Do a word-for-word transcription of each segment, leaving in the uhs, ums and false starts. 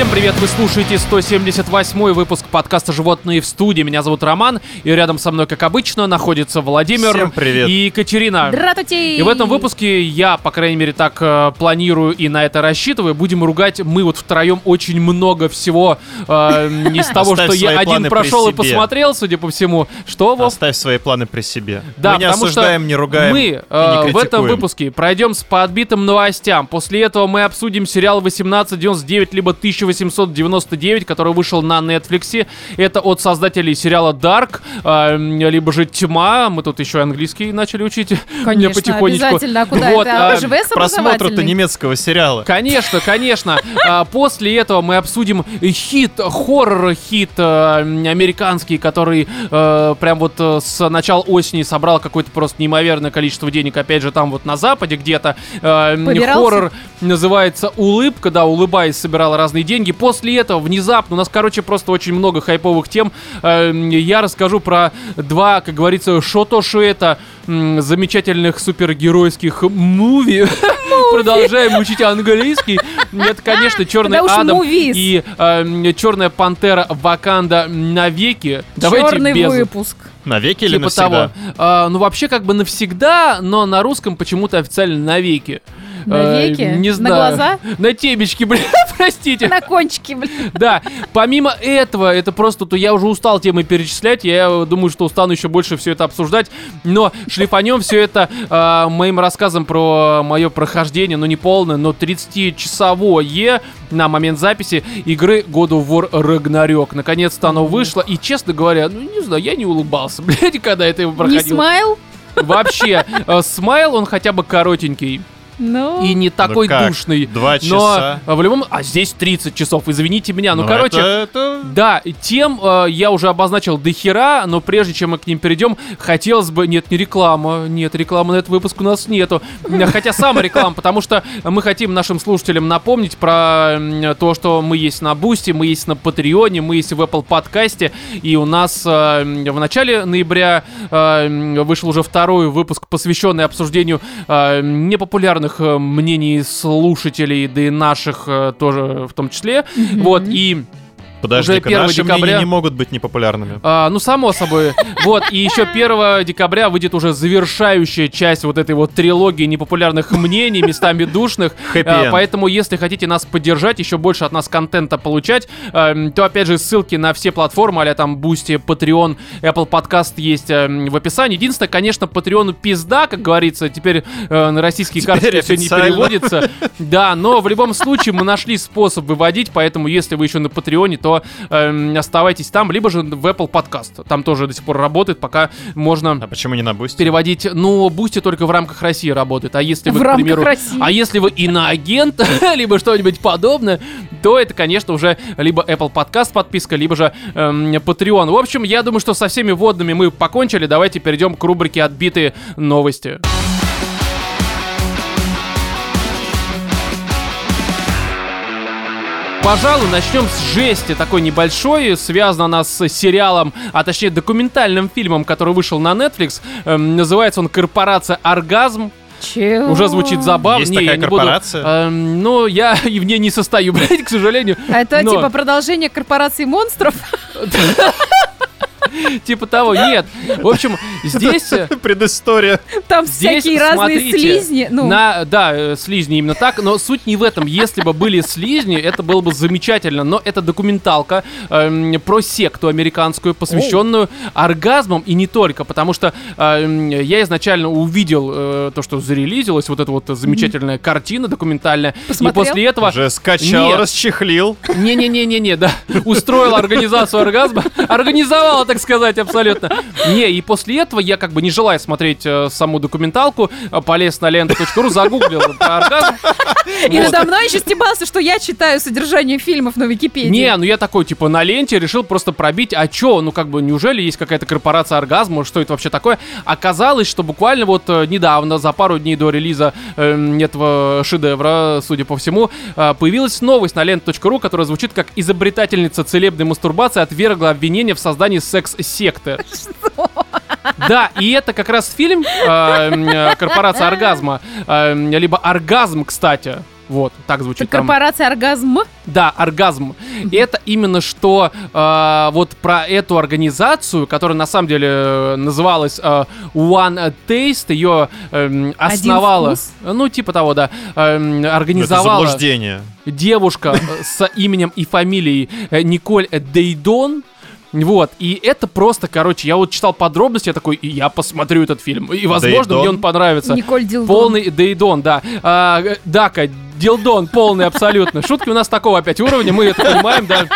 Всем привет, вы слушаете сто семьдесят восьмой выпуск подкаста «Животные в студии». Меня зовут Роман, и рядом со мной, как обычно, находится Владимир. Всем привет. И Екатерина. Здравствуйте. И в этом выпуске я, по крайней мере, так э, планирую и на это рассчитываю. Будем ругать мы вот втроем очень много всего э, из того, что я один прошел и посмотрел, судя по всему. Что, Вов? Оставь свои планы при себе. Да, мы не потому осуждаем, что не ругаем мы и не э, в этом критикуем. выпуске пройдем с подбитым новостям. После этого мы обсудим сериал восемнадцать девяносто девять либо тысяча восемьсот девяносто девять, который вышел на Netflix. Это от создателей сериала Dark, э, либо же Тьма. Мы тут еще английский начали учить. Конечно, потихонечку. обязательно. А куда Вот, это? а, АЖВ Просмотру-то немецкого сериала. Конечно, конечно. А, После этого мы обсудим хит, хоррор-хит э, американский, который э, прям вот э, с начала осени собрал какое-то просто неимоверное количество денег, опять же, там вот на Западе где-то. Э, хоррор называется «Улыбка», да, улыбаясь, собирала разные деньги. После этого внезапно, у нас, короче, просто очень много хайповых тем. Э, я расскажу про два, как говорится, шо-то-шо это м, замечательных супергеройских муви. Продолжаем учить английский. Это, конечно, Черный Адам и э, Черная Пантера Ваканда навеки. Давайте Черный без... выпуск. Навеки или Типа навсегда? того. А, ну, вообще, как бы навсегда, но на русском почему-то официально навеки. Навеки? Э, не На знаю. глаза? На темечки, блин, простите. На кончике, блин. Да, помимо этого, это просто, то я уже устал темы перечислять, я думаю, что устану еще больше все это обсуждать, но шлифанем все это э, моим рассказом про мое прохождение, ну не полное, но тридцатичасовое на момент записи игры God of War Ragnarok. Наконец-то оно вышло, и, честно говоря, ну не знаю, я не улыбался, блядь, когда это проходило. Не смайл? Вообще, э, смайл, он хотя бы коротенький. Ну. И не такой ну как? душный. Два часа. Но в любом... А здесь тридцать часов, извините меня. Ну, Ну, короче... это- это- Да, тем э, я уже обозначил до хера, но прежде чем мы к ним перейдем, хотелось бы... Нет, не реклама. Нет, рекламы на этот выпуск у нас нету. Хотя сама реклама, потому что мы хотим нашим слушателям напомнить про м, то, что мы есть на Бусти, мы есть на Патреоне, мы есть в Apple подкасте. И у нас э, в начале ноября э, вышел уже второй выпуск, посвященный обсуждению э, непопулярных мнений слушателей, да и наших э, тоже в том числе. Mm-hmm. Вот, и... Подожди-ка, первого наши декабря... мнения не могут быть непопулярными. А, ну, само собой. Вот, и еще первого декабря выйдет уже завершающая часть вот этой вот трилогии непопулярных мнений, местами душных. А, поэтому, если хотите нас поддержать, еще больше от нас контента получать, а, то, опять же, ссылки на все платформы, а-ля там Boosty, Patreon, Apple Podcast есть а, в описании. Единственное, конечно, Patreon пизда, как говорится, теперь а, на российские карты все не переводится. Да, но в любом случае мы нашли способ выводить, поэтому, если вы еще на Патреоне, то э, оставайтесь там, либо же в Apple Podcast. Там тоже до сих пор работает, пока можно... А почему не на Boosty? Переводить. Ну, Boosty только в рамках России работает. А если вы, в к примеру... России. А если вы иноагент, либо что-нибудь подобное, то это, конечно, уже либо Apple Podcast подписка, либо же эм, Patreon. В общем, я думаю, что со всеми вводными мы покончили. Давайте перейдем к рубрике «Отбитые новости». Пожалуй, начнем с жести такой небольшой. Связана она с сериалом, а точнее документальным фильмом, который вышел на Netflix. Эм, называется он «Корпорация Оргазм». Чего? Уже звучит забавно. Есть не, такая я не корпорация? Буду, эм, ну, я и в ней не состою, блядь, к сожалению. А это Но... типа продолжение корпорации монстров? Типа того, нет. В общем, здесь... Предыстория. Там Здесь, всякие разные смотрите, слизни. Ну. на, да, э, слизни именно так, но суть не в этом. Если бы были слизни, это было бы замечательно. Но это документалка эм, про секту американскую, посвященную оргазмам и не только. Потому что эм, я изначально увидел э, то, что зарелизилась вот эта вот замечательная mm-hmm. картина документальная. Посмотрел? И после этого... Уже скачал, Нет. расчехлил. Не-не-не-не-не, да. Устроила организацию оргазма. Организовала, так сказать, абсолютно. Не, и после этого я, как бы не желая смотреть э, саму документалку, э, полез на лента точка ру, загуглил про оргазм. И Вот. надо мной еще стебался, что я читаю содержание фильмов на Википедии. Не, ну я такой, типа, на ленте решил просто пробить, а чё, ну как бы, неужели есть какая-то корпорация оргазма, что это вообще такое? Оказалось, что буквально вот э, недавно, за пару дней до релиза э, этого шедевра, судя по всему, э, появилась новость на лента точка ру, которая звучит как «Изобретательница целебной мастурбации отвергла обвинение в создании секс-секты». Что? Да, и это как раз фильм э, э, «Корпорация оргазма», э, либо «Оргазм», кстати. Вот, так звучит Так, там. корпорация «Оргазм». Да, оргазм. И это именно что э, вот про эту организацию, которая на самом деле э, называлась э, One Taste, ее э, основала, вкус? ну типа того, да, э, Это организовала заблуждение. девушка э, с именем и фамилией э, Николь Дейдон. Вот, и это просто, короче, я вот читал подробности, я такой, и я посмотрю этот фильм, и, возможно, Дейдон? мне он понравится. Николь Дилдон. Полный Дейдон, да. А, э, Дака, Дилдон полный абсолютно. Шутки у нас такого опять уровня, мы это понимаем, да.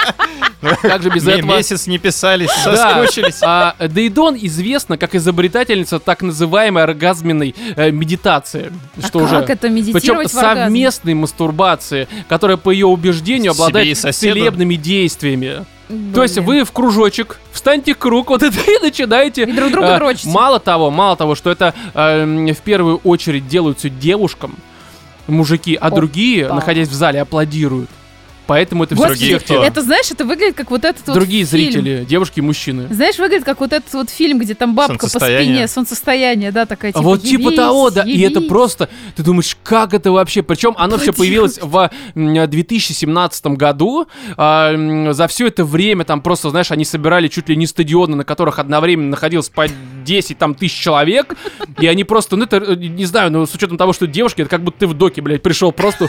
Как же без М- этого? Месяц не писались, Да. соскучились. А, Дейдон известна как изобретательница так называемой оргазменной э, медитации. А Что как уже? это Причем медитировать в оргазме? совместной мастурбации, которая, по ее убеждению, Себе обладает и соседу? целебными действиями. Блин. То есть вы в кружочек, встаньте в круг, вот это и начинаете. И друг друга э, дрочите. Мало того, мало того, что это э, в первую очередь делают все девушкам, мужики, а Опа. другие, находясь в зале, аплодируют. Поэтому это все Господи, Другие кто? это, знаешь, это выглядит как вот этот вот другие фильм. зрители, девушки и мужчины. Знаешь, выглядит как вот этот вот фильм, где там бабка по Солнцестояние. спине, солнцестояние, да, такая, А типа, вот типа «Явись, того, да, и это явись». просто, ты думаешь, как это вообще? Причем оно все появилось в м, две тысячи семнадцатом году. А, м, за все это время там просто, знаешь, они собирали чуть ли не стадионы, на которых одновременно находилось по десять там тысяч человек, и они просто, ну это, э, не знаю, ну с учетом того, что девушки, это как будто ты в доке, блядь, пришел просто...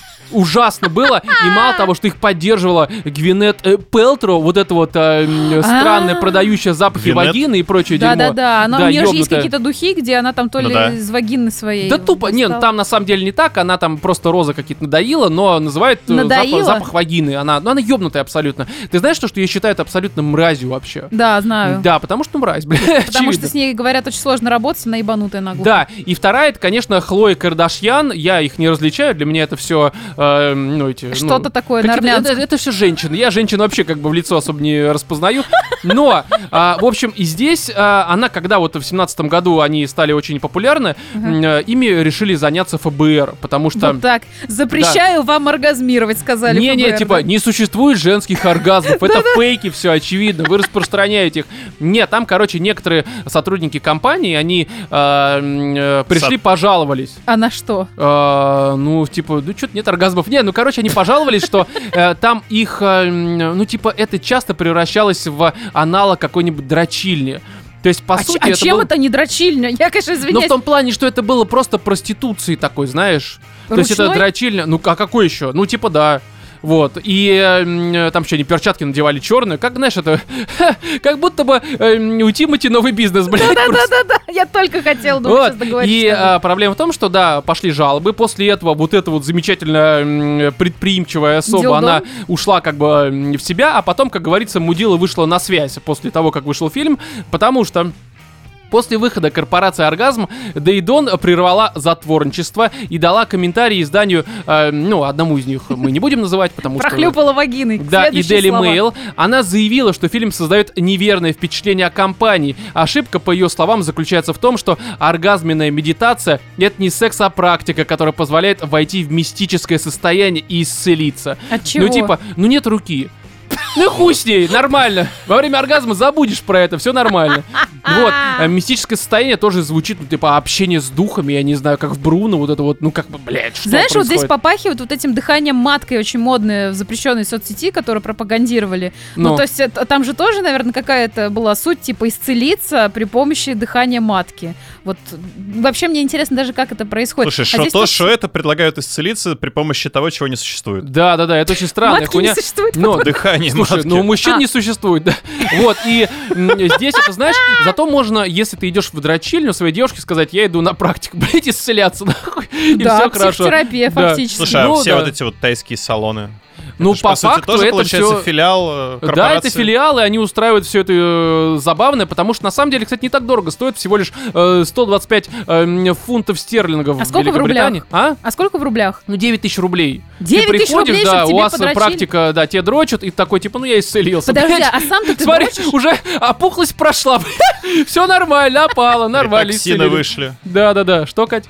Ужасно было, и мало того, что их поддерживала Гвинет э, Пелтроу, вот это вот э, м, странная А. продающая запахи Гвинет? вагины и прочее дерьмо. Да-да-да, она, Да, у нее же есть ёбнутая. какие-то духи, где она там то ли Ну да. из вагины своей. Да тупо, не, ну, достала. там на самом деле не так, она там просто розы какие-то надоила, но называют э, Надоила? запах, запах вагины, она, ну она ёбнутая абсолютно. Ты знаешь, что, что я считаю это абсолютно мразью вообще? Да, знаю. Да, потому что мразь, блядь, Потому очевидно. что с ней, говорят, очень сложно работать, она ебанутая ногу. Да, и вторая, это, конечно, Хлоя Кардашьян, я их не различаю, для меня это все, ну, эти... Что-то ну, такое какие-то- на это, армянском. это все женщины. Я женщин вообще как бы в лицо особо не распознаю. Но, а, в общем, и здесь а, она, когда вот в семнадцатом году они стали очень популярны, м, а, ими решили заняться эф бэ эр, потому что... Вот так. Запрещаю вам оргазмировать, сказали Не-не, ФБР, типа, да? не существует женских оргазмов. Это фейки, все очевидно. Вы распространяете их. Нет, там, короче, некоторые сотрудники компании, они э, м, э, пришли, Сот- пожаловались. А на что? Э, ну, типа, ну, что-то нет оргазмов. Не, ну, короче, они пожаловались, что э, там их, э, м, ну, типа, это часто превращалось в аналог какой-нибудь дрочильни. То есть, по А, ч- сути, а это чем был- это не дрочильня? Я, конечно, Ну, извиняюсь. в том плане, что это было просто проституцией такой, знаешь. То есть это Ручной? дрочильня. Ну, а какой еще? Ну, типа, да. Вот. И э, м, там что, они перчатки надевали черные. Как, знаешь, это... как будто бы э, у Тимати новый бизнес, блядь. просто. Да-да-да, я только хотела думать, Вот. сейчас договориться. И а, проблема в том, что, да, пошли жалобы. После этого вот эта вот замечательная м, предприимчивая особа, Дилдон. она ушла как бы м, в себя, а потом, как говорится, мудила вышла на связь после того, как вышел фильм, потому что... После выхода корпорации «Оргазм» Дейдон прервала затворничество и дала комментарий изданию, э, ну, одному из них мы не будем называть, потому что... Прохлюпала вагины. Да, и Следующие Daily слова. Mail. Она заявила, что фильм создает неверное впечатление о компании. Ошибка, по ее словам, заключается в том, что оргазменная медитация — это не секс, а практика, которая позволяет войти в мистическое состояние и исцелиться. От чего? Ну, типа, ну нет руки. Ну хуй с ней, нормально. Во время оргазма забудешь про это, все нормально. Вот, э, мистическое состояние тоже звучит, ну, типа, общение с духами, я не знаю, как в Бруно, вот это вот, ну, как бы, блядь, что Знаешь, вот здесь происходит? попахивает вот этим дыханием маткой, очень модное в запрещенной соцсети, которую пропагандировали. Ну, Ну. то есть это- там же тоже, наверное, какая-то была суть, типа, исцелиться при помощи дыхания матки. Вот вообще мне интересно даже, как это происходит. Слушай, А что здесь то, тут что это предлагают исцелиться при помощи того, чего не существует. Да-да-да, это очень странная матки хуйня. не существует. Но, Дыхание слушай, матки. ну у мужчин А. не существует, да. Вот, и м, здесь это, знаешь, зато можно, если ты идешь в дрочильню, своей девушке сказать, я иду на практику, блядь, исцеляться, нахуй, и Да, все хорошо. психотерапия Да. фактически. Слушай, а Ну, все да. вот эти вот тайские салоны. Ну, это ж, по, сути, факту, тоже это получается все... филиал э, корпорации. Да, это филиалы, они устраивают все это э, забавное, потому что на самом деле, кстати, не так дорого стоит, всего лишь э, сто двадцать пять э, м, фунтов стерлингов А в сколько в Великобритании. А? А сколько в рублях? Ну, девять тысяч рублей. девять ты тысяч приходишь, рублей, да, чтоб у тебе вас подрочили? практика, да, тебе дрочат, и такой, типа, ну, я исцелился. Подожди, блядь. а сам-то ты Смотри, дрочишь? уже опухлость прошла, все нормально, опало, нормально. И токсины исцелили. вышли. Да-да-да, что, Кать?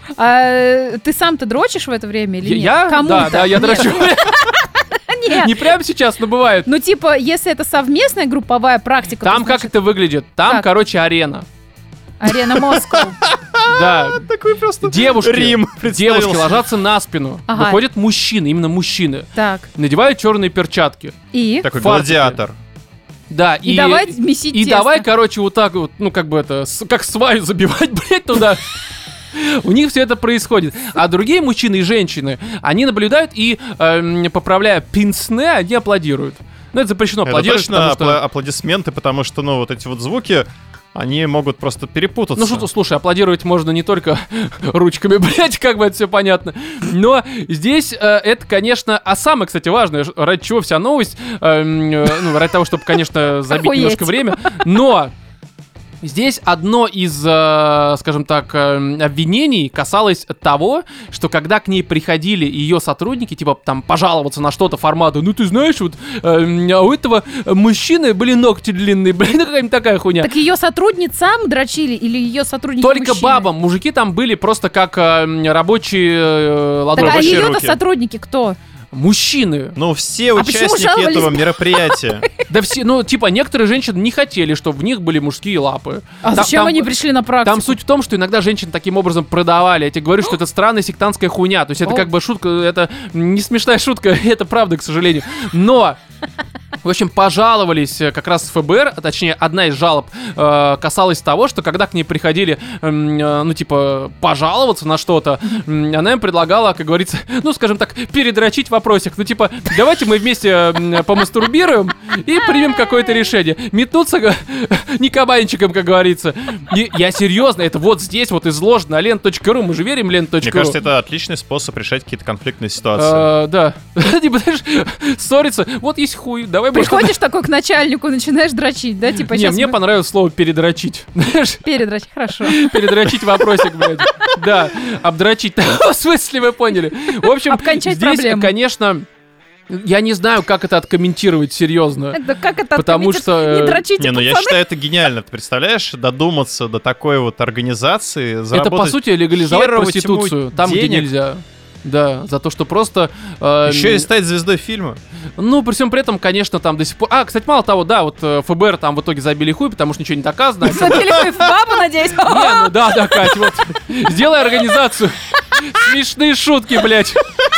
А, ты сам-то дрочишь в это время или нет? Я? Кому-то? Да, да, я Нет. дрочу. Нет. Не прямо сейчас, но бывает. Ну, типа, если это совместная групповая практика, Там то, как значит, это выглядит? Там, Как? короче, арена. Арена Москва. Да. Такой просто Девушки, Рим девушки представился. ложатся на спину. Ага. Выходят мужчины, именно мужчины. Так. Надевают черные перчатки. И? Такой Фартуки. гладиатор. И, Да, и... давай месить И тесто. давай, короче, вот так вот, ну, как бы это, с- как сваю забивать, блядь, туда. У них все это происходит. А другие мужчины и женщины, они наблюдают и, эм, поправляя пинсне, они аплодируют. Ну, это запрещено Это аплодировать, точно потому что... апла- аплодисменты, потому что, ну, вот эти вот звуки, они могут просто перепутаться. Ну, что, слушай, аплодировать можно не только ручками, блядь, как бы это все понятно. Но здесь э, это, конечно, а самое, кстати, важное, ш- ради чего вся новость, эм, э, ну, ради того, чтобы, конечно, забить Охуеть. немножко время, но... Здесь одно из, э, скажем так, э, обвинений касалось того, что когда к ней приходили ее сотрудники, типа там пожаловаться на что-то формата, ну ты знаешь, вот э, а у этого мужчины были ногти длинные, блин, какая-нибудь такая хуйня. Так ее сотрудницам дрочили или ее сотрудники Только мужчины? бабам, мужики там были просто как э, рабочие э, Так ладони. а Рабочие ее-то руки. сотрудники кто? Мужчины. Ну, все А почему участники жаловались? этого мероприятия. Да все, ну типа некоторые женщины не хотели, чтобы в них были мужские лапы. А Там- зачем там- они пришли на практику? Там суть в том, что иногда женщин таким образом продавали. Я тебе говорю, что это странная сектантская хуйня. То есть это О. как бы шутка, это не смешная шутка, это правда, к сожалению. Но, в общем, пожаловались э, как раз в эф бэ эр, а точнее, одна из жалоб э, касалась того, что когда к ней приходили, эм, э, ну, типа, пожаловаться на что-то, м, она им предлагала, как говорится, ну, скажем так, передрочить вопросик. Ну, типа, давайте мы вместе э, помастурбируем и примем какое-то решение. Метнуться э, не кабанчиком, как говорится. И я серьезно, это вот здесь вот изложено на лент точка ру, мы же верим в лент точка ру. Мне кажется, это отличный способ решать какие-то конфликтные ситуации. Э, Да. Типа, знаешь, ссориться. Вот есть хуй, давай будем. Приходишь такой к начальнику, начинаешь дрочить, да? Типа, Не, сейчас мне мы понравилось слово передрочить. Знаешь, передрочить, хорошо. передрочить вопросик, блядь. Да, обдрочить. В смысле, вы поняли. В общем, Обкончать здесь, проблему. конечно, я не знаю, как это откомментировать серьезно. Это как это Потому откомментировать? что, э, Не дрочите, Не, ну я пацаны. считаю, это гениально. Ты представляешь, додуматься до такой вот организации, Это, заработать по сути, легализовать херово тьму проституцию там, где денег. нельзя. Да, за то, что просто... э, Еще и стать звездой фильма. Ну, при всем при этом, конечно, там до сих пор... А, кстати, мало того, да, вот э, эф бэ эр там в итоге забили хуй, потому что ничего не доказано. Забили хуй в бабу, надеюсь? Не, ну да, да, Кать, вот. Сделай организацию. Смешные шутки, блядь.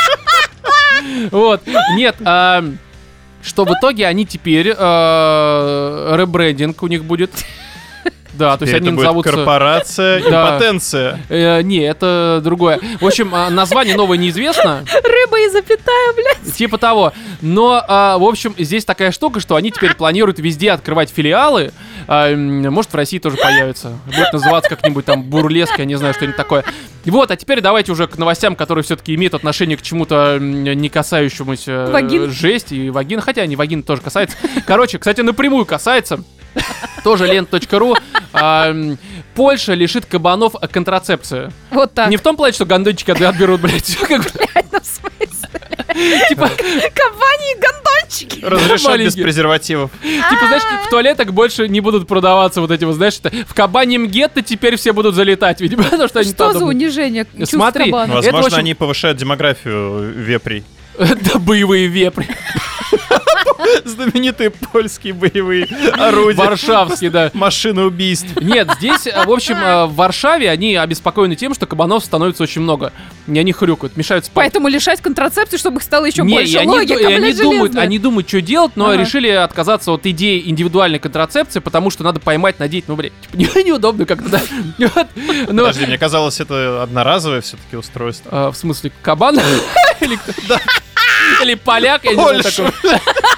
Вот. Нет, а, что в итоге они теперь... э, ребрендинг у них будет. Да, то есть Теперь они это будет назовутся... корпорация Да. импотенция. Э, не, это другое. В общем, а, название новое неизвестно. Рыба и запятая, блядь. Типа того. Но, а, в общем, здесь такая штука, что они теперь планируют везде открывать филиалы. А, м, может, в России тоже появится. Будет называться как-нибудь там бурлеск, я не знаю, что-нибудь такое. Вот, а теперь давайте уже к новостям, которые все-таки имеют отношение к чему-то м, не касающемуся э, Вагин. жести и вагин. Хотя не вагин тоже касается. Короче, кстати, напрямую касается. Тоже лент точка ру. А, м, Польша лишит кабанов контрацепции. Вот так. Не в том плане, что гондончики от- отберут, блядь. Как бы, Ну, в смысле? типа, Кабани и гондончики. Разрешат без Маленькие. презервативов. Типа, знаешь, в туалетах больше не будут продаваться вот эти вот, знаешь, это, в кабаньем гетто теперь все будут залетать, видимо, потому что они Что за подумают. унижение чувств Смотри, кабана? Это Возможно, очень- они повышают демографию вепрей. Да, боевые вепри. Знаменитые польские боевые орудия. Варшавские, да. Машины убийств. Нет, здесь, э, в общем, э, в Варшаве они обеспокоены тем, что кабанов становится очень много. И они хрюкают, мешают спать. Поэтому лишать контрацепции, чтобы их стало еще Не, больше. и они, Логика, ду- и они блядь, думают, железная. они думают, что делать, но Ага. решили отказаться от идеи индивидуальной контрацепции, потому что надо поймать, надеть, ну, блядь, типа, не- неудобно как-то, да. Вот. Но, Подожди, мне казалось, это одноразовое все-таки устройство. а, в смысле, кабан? Или кто? Да. Или поляк, я не знаю Польша. такого.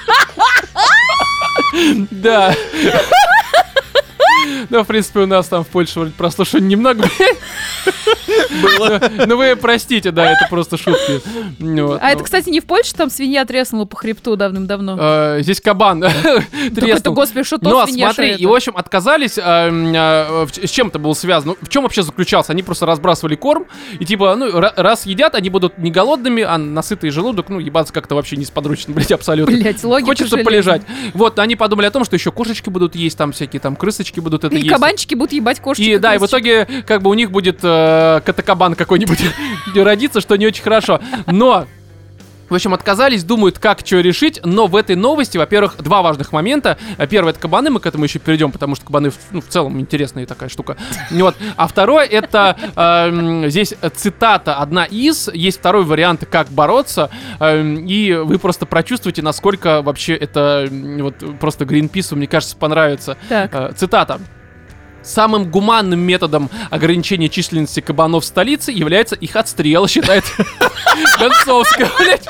Да. Ну, в принципе, у нас там в Польше вроде прослушивания немного, блядь. Было. Ну, вы простите, да, это просто шутки. Ну, вот, А это, ну. кстати, не в Польше, там свинья треснула по хребту давным-давно. Э, Здесь кабан Так это, треснул. господи, что то Но свинья, смотри, что и в это? общем отказались, э, э, в- с чем это было связано? Ну, в чем вообще заключался? Они просто разбрасывали корм, и типа, ну, ра- раз едят, они будут не голодными, а на сытый желудок, ну, ебаться как-то вообще несподручно, блядь, абсолютно. Блять, логика Хочется железная. полежать. Вот, они подумали о том, что еще кошечки будут есть, там всякие там крысочки будут это И есть. кабанчики будут ебать кошечек. И да, и в итоге как бы у них будет э, катакабан какой-нибудь родиться, что не очень хорошо. Но В общем, отказались, думают, как что решить, но в этой новости, во-первых, два важных момента. Первое — это кабаны, мы к этому еще перейдем, потому что кабаны, ну, в целом интересная такая штука. Вот. А второе — это э, здесь цитата одна из, есть второй вариант, как бороться, э, и вы просто прочувствуете, насколько вообще это вот просто Гринпису, мне кажется, понравится. Так. Э, цитата. Самым гуманным методом ограничения численности кабанов в столице является их отстрел, считает Гонцовская, блядь.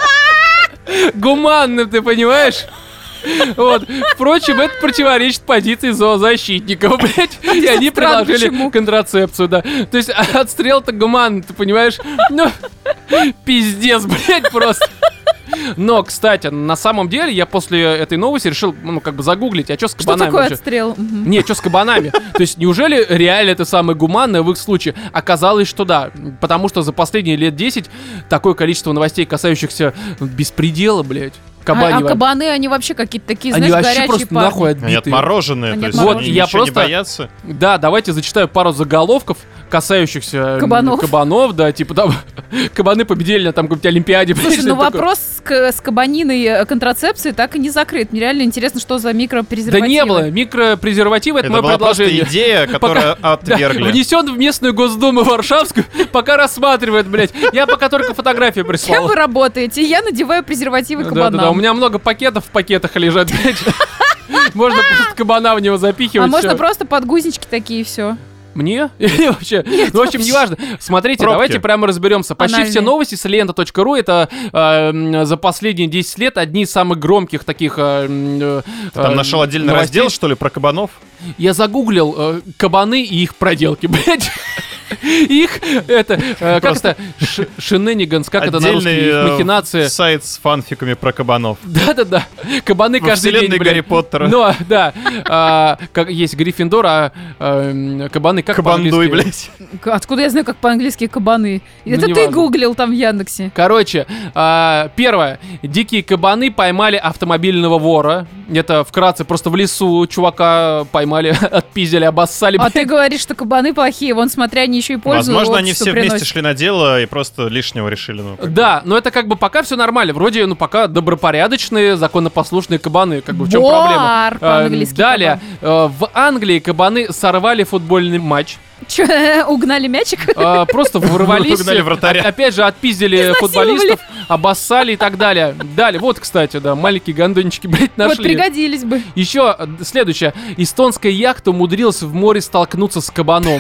Гуманным, ты понимаешь? Вот. Впрочем, это противоречит позиции зоозащитников, блядь. И они предложили контрацепцию, да. То есть отстрел-то гуманный, ты понимаешь? Ну, пиздец, блядь, просто. Но, кстати, на самом деле я после этой новости решил, ну, как бы загуглить, а что с кабанами? Что такое вообще? отстрел? Угу. Не, что с кабанами? То есть неужели реально это самое гуманное в их случае? Оказалось, что да, потому что за последние лет десять такое количество новостей, касающихся беспредела, блядь. А, а кабаны, они вообще какие-то такие, они знаешь, вообще горячие просто парни. нахуй отбитые. Они отмороженные, Они то есть отмороженные. они Вот, я ничего просто- не боятся. Да, давайте зачитаю пару заголовков, касающихся м, Кабанов. кабанов, да, типа там кабаны победили на там какой-нибудь Олимпиаде. Слушай, блядь, ну что-то такое. вопрос с, к- с кабаниной э, контрацепцией так и не закрыт. Мне реально интересно, что за Да микропрезервативы. не было, микропрезервативы — это, Это мое была просто предложение. идея, которую отвергли. Внесен в местную Госдуму Варшавскую, пока рассматривает, блядь. Я пока только фотографии Кем прислал. вы работаете? Я надеваю презервативы Да, кабанам. да, да, у меня много пакетов в пакетах лежат, блядь. Можно просто кабана в него запихивать. А можно всё. просто подгузнички такие и все. Мне? Или вообще? Ну, в общем, неважно. Смотрите, Пробки. давайте прямо разберемся. Почти Анальные. все новости с лента точка ру — это э, м, за последние десять лет одни из самых громких таких... э, м, э, Там э, нашел отдельный новостей. раздел, что ли, про кабанов? Я загуглил э, кабаны и их проделки, блядь. Их, это, э, как Просто это, Ш- шенениганс, как это на Отдельный русский, их э, махинация. сайт с фанфиками про кабанов. Да-да-да, кабаны Во каждый день, вселенной блядь. Гарри Поттера. Ну, да, а, как есть Гриффиндор, а э, кабаны как Кабандуй, по-английски? блядь. К- Откуда я знаю, как по-английски кабаны? Ну, Это ты неважно. гуглил там в Яндексе. Короче, а, первое. Дикие кабаны поймали автомобильного вора. Это вкратце просто в лесу чувака поймали, отпиздили, обоссали. А блядь. ты говоришь, что кабаны плохие, вон смотря они еще и пользу Возможно, они обществу все вместе приносят. шли на дело и просто лишнего решили. Ну, как бы. Да, но это как бы пока все нормально. Вроде, ну, пока добропорядочные, законопослушные кабаны. Как бы в чем Боар, проблема? по-английски Э, Далее, э, в Англии кабаны сорвали футбольный матч. Че, угнали мячик? Э, Просто ворвались. Угнали вратаря. о- Опять же, отпиздили Изнасиловали. футболистов, обоссали и так далее. Далее, вот, кстати, да, маленькие гондончики, блядь, Вот нашли. пригодились бы. Еще э, следующее. Эстонская яхта умудрилась в море столкнуться с кабаном.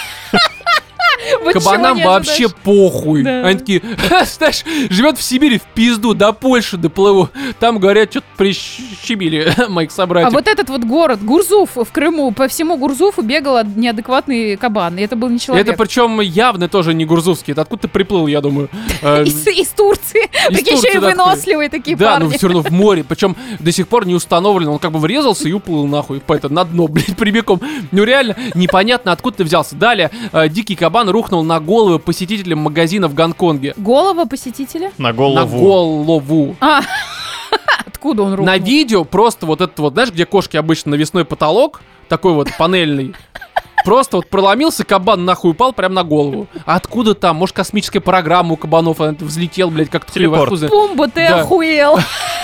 Вот Кабанам чего не вообще ожидаешь. похуй. Да. Они такие, «Ха, знаешь, живет в Сибири, в пизду, до Польши доплыву. Там, говорят, что-то прищемили моих А собратьев. вот этот вот город, Гурзуф в Крыму, по всему Гурзуфу бегал неадекватный кабан. И это был не человек. Это причем явно тоже не гурзувский. Это откуда ты приплыл, я думаю. Э, Из, из Турции. Из Такие Турции, еще и да, выносливые такие Да, парни. но все равно в море. Причем до сих пор не установлено. Он как бы врезался и уплыл нахуй по это, на дно, блядь, прямиком. Ну реально непонятно, откуда ты взялся. Далее, э, дикий кабан рухнул на голову посетителям магазина в Гонконге. Голова посетителя? На На голову. голову. А, откуда он рухнул? На видео просто вот этот вот, знаешь, где кошки обычно навесной потолок, такой вот панельный. Просто вот проломился, кабан нахуй упал прям на голову. А откуда там? Может, космическая программа у кабанов, он взлетел, блядь, как-то хуй Телепорт. во рту. Пумба, ты Да. охуел.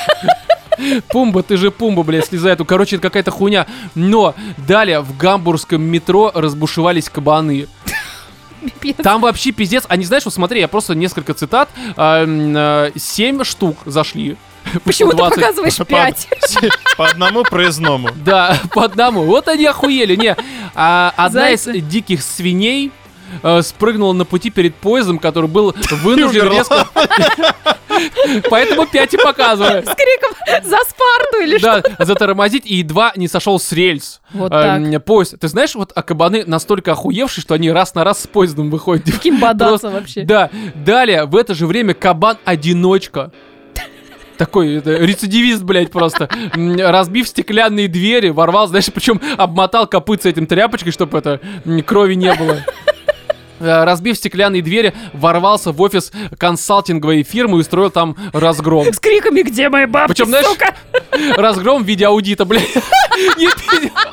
Пумба, ты же Пумба, блядь, слезает. Короче, это какая-то хуйня. Но далее в гамбургском метро разбушевались кабаны. Пипец. Там вообще пиздец. Они, знаешь, вот смотри, я просто несколько цитат. а, м, а, Семь штук зашли. Почему ты двадцать. показываешь По- пять? По одному проездному. Да, по одному. Вот они охуели. Не, а, одна Зайцы. из диких свиней э, спрыгнула на пути перед поездом, который был вынужден умерла. резко... Поэтому пять и показываю. С криком «За Спарту» или что? Да, затормозить и едва не сошел с рельс. Вот Эм, Поезд. Ты знаешь, вот а кабаны настолько охуевшие, что они раз на раз с поездом выходят. Каким бодаться Просто- вообще? Да. Далее, в это же время кабан-одиночка. Такой это, рецидивист, блядь, просто. М, Разбив стеклянные двери, ворвал, знаешь, причем обмотал копытца этим тряпочкой, чтобы это м, крови не было. Э, Разбив стеклянные двери, ворвался в офис консалтинговой фирмы и устроил там разгром. С криками «Где мои бабки, Причем, знаешь, сука?» разгром в виде аудита, блядь. Не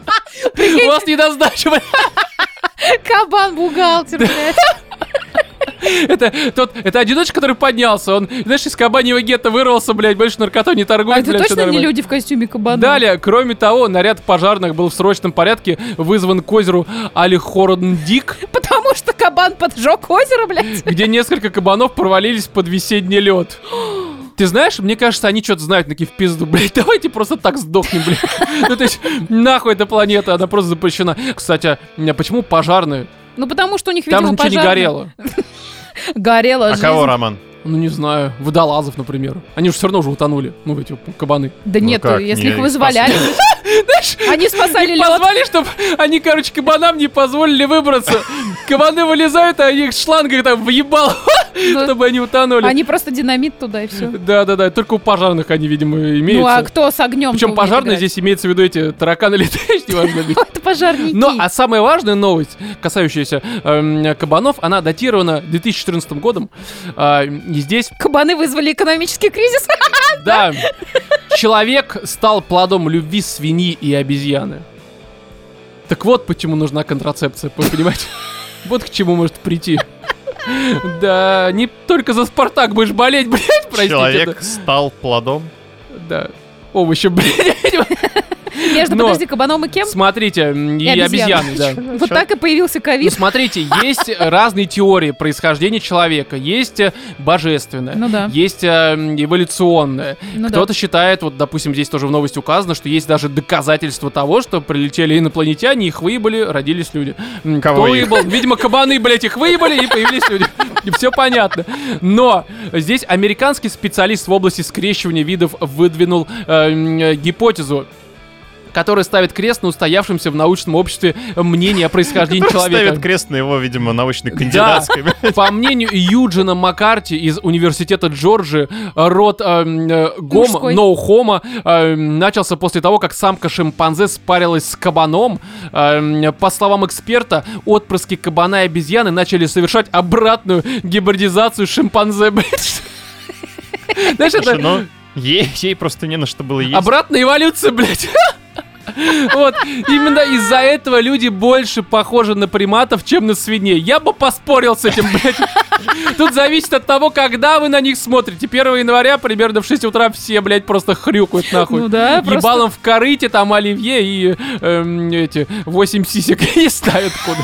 пи- У вас недосдача, блядь. Кабан-бухгалтер, блядь. Это тот, это одиночка, который поднялся. Он, знаешь, из кабаньего гетто вырвался, блядь, больше наркотой не торгует. А это блядь, всё точно не нормально. люди в костюме кабана? Далее, кроме того, наряд пожарных был в срочном порядке вызван к озеру Алихорндик, Потому что кабан поджег озеро, блядь. где несколько кабанов провалились под весенний лед. Ты знаешь, мне кажется, они что-то знают, такие в пизду, блядь, давайте просто так сдохнем, блядь. Ну, то есть, нахуй эта планета, она просто запрещена. Кстати, почему пожарные? Ну, потому что у них, Там видимо, же ничего не пожарные. горело. Горело А жизнь. кого, Роман? Ну, не знаю, водолазов, например. Они же все равно уже утонули, ну, эти кабаны. Да Ну нет, как, если не, их их вызволяли. Они спасали Их лед. позвали, чтобы они, короче, кабанам не позволили выбраться. Кабаны вылезают, а они их шлангой там въебал, чтобы они утонули. Они просто динамит туда и все. Да-да-да, только у пожарных они, видимо, имеются. Ну а кто с огнем? Причем пожарные здесь имеется в виду эти тараканы летающие, неважно. Это пожарники. Но, а самая важная новость, касающаяся эм, кабанов, она датирована две тысячи четырнадцатым годом. А, и здесь, Кабаны вызвали экономический кризис. да, человек стал плодом любви свиньи и обезьяны. Так вот, почему нужна контрацепция, вы понимаете? Вот к чему может прийти. Да, не только за Спартак будешь болеть, блядь, простите. Человек стал плодом? Да. Овощи, блядь. Между, Но- подожди, кабаном и кем? Смотрите, м, и, И обезьяны. обезьяны, да. Вот так и появился Ну, ковид. смотрите, есть разные теории происхождения человека. Есть э, божественное, Ну да. есть э, эволюционное. Ну да. Кто-то считает, вот, допустим, здесь тоже в новости указано, что есть даже доказательства того, что прилетели инопланетяне, их выебали, родились люди. М, Кого Кто их? выебал? Видимо, кабаны, блядь, их выебали, и появились люди. И все понятно. Но здесь американский специалист в области скрещивания видов выдвинул э, м, гипотезу, который ставит крест на устоявшемся в научном обществе мнении о происхождении Ставит человека. крест на его, видимо, научной Да, кандидатской. по мнению Юджина Маккарти из университета Джорджии, род эм, э, Гомо, Мужской. No Homo эм, начался после того, как самка шимпанзе спарилась с кабаном. Эм, по словам эксперта, отпрыски кабана и обезьяны начали совершать обратную гибридизацию шимпанзе. блядь. Знаешь, Слушай, это ну, ей, ей просто не на что было есть. обратная эволюция, блядь. Вот, именно из-за этого люди больше похожи на приматов, чем на свиней. Я бы поспорил с этим, блядь. Тут зависит от того, когда вы на них смотрите. первого января примерно в шесть утра все, блядь, просто хрюкают нахуй. Ну да, просто- Ебалом в корыте, там оливье и эм, эти восемь сисек и ставят куда.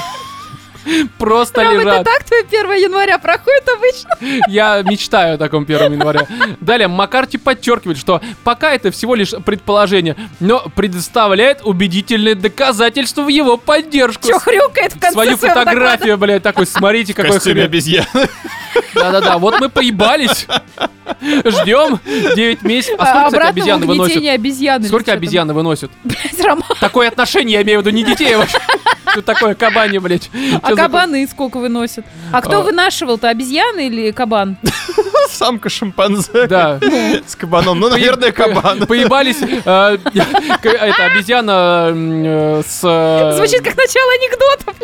Просто Ром, это лежат. так твое первое января проходит обычно? Я мечтаю о таком первом января. Далее, Маккарти подчеркивает, что пока это всего лишь предположение, но предоставляет убедительные доказательства в его поддержку. Че хрюкает в конце Свою своего доклада? фотографию, блядь, такой, смотрите, В какой костюме хрен. обезьяны. Да-да-да, вот мы поебались. Ждем девять месяцев. А сколько, кстати, Обратного обезьяны выносят? угнетения обезьяны. или Сколько что там? обезьяны выносят? Блядь, Роман. Такое отношение, я имею в виду, не детей вообще. Тут такое кабанье, блядь. А Чё за- кабаны сколько выносят? А кто А. вынашивал-то, обезьяны или кабан? Самка шимпанзе. Да. С кабаном. Ну, наверное, кабан. Поебались. э, к- Это обезьяна м, э, с... э, Звучит как начало анекдота.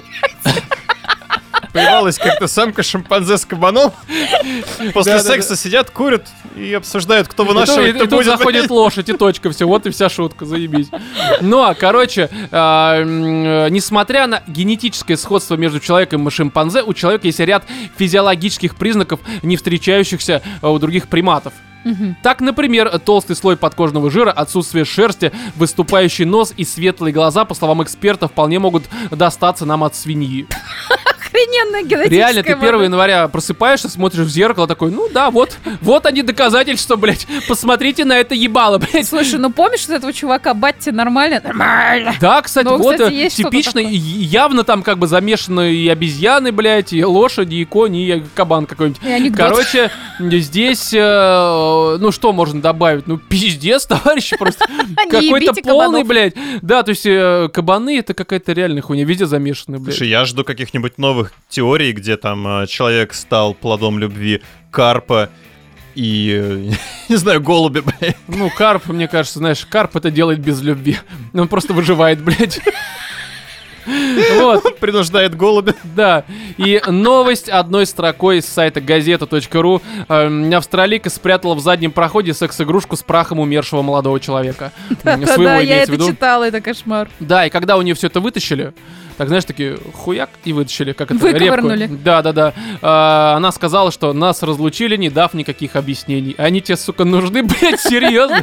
Появилась как-то самка шимпанзе с кабаном. После Да-да-да. секса сидят, курят и обсуждают, кто И тут- вынашивает, и кто тут будет. заходит лошадь и точка, все, вот и вся шутка, заебись. Ну, а, короче, а, м, э, несмотря на генетическое сходство между человеком и шимпанзе, у человека есть ряд физиологических признаков, не встречающихся а, у других приматов. Так, например, толстый слой подкожного жира, отсутствие шерсти, выступающий нос и светлые глаза, по словам эксперта, вполне могут достаться нам от свиньи. Охрененная генетическая Реально, ты первого модель. января просыпаешься, смотришь в зеркало, такой, ну да, вот, вот они доказательства, блядь, посмотрите на это ебало, блядь. Слушай, ну помнишь вот этого чувака Батти нормально? Нормально. Да, кстати, Ну, вот кстати, э, есть что-то типично, такое. и- явно там как бы замешаны и обезьяны, блядь, и лошади, и кони, и кабан какой-нибудь. И анекдот. Короче, здесь, э, ну что можно добавить? Ну, пиздец, товарищи, просто какой-то ебите полный, кабанов. блядь. Да, то есть э, кабаны — это какая-то реальная хуйня, везде замешаны, блядь. Слушай, я жду каких-нибудь новых теорий, где там э, человек стал плодом любви карпа и, э, не знаю, голубя, блядь. Ну, карп, мне кажется, знаешь, карп это делает без любви. Он просто выживает, блядь. Вот. Принуждает голубя. Да, и новость одной строкой с сайта газета точка ру. Эм, Австралийка спрятала в заднем проходе секс-игрушку с прахом умершего молодого человека. М, своего Да-да, я имеется в это виду. читала, это кошмар. Да, и когда у нее все это вытащили, так, знаешь, такие хуяк и вытащили, как это, Выковырнули. репку. Да-да-да. А, она сказала, что нас разлучили, не дав никаких объяснений. Они тебе, сука, нужны, блядь, серьезно?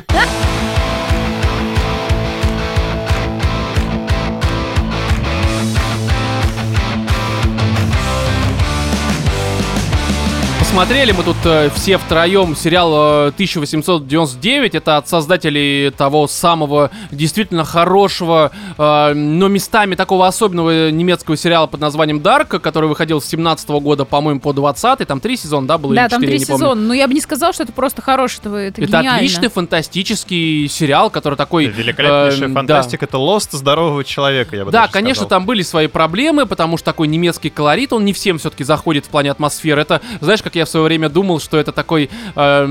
Посмотрели мы тут э, все втроем сериал э, тысяча восемьсот девяносто девять. Это от создателей того самого действительно хорошего, э, но местами такого особенного немецкого сериала под названием Dark, который выходил с семнадцатого года, по-моему, по двадцатый. Там три сезона, да, было? Да, или там четыре, три я не помню. сезона. Но я бы не сказал, что это просто хороший, это, это Это гениально. отличный фантастический сериал, который такой... Великолепнейшая э, фантастика. Это лост здорового человека, я бы Да, даже конечно, сказал. там были свои проблемы, потому что такой немецкий колорит, он не всем все-таки заходит в плане атмосферы. Это, знаешь, как я в свое время думал, что это такой э,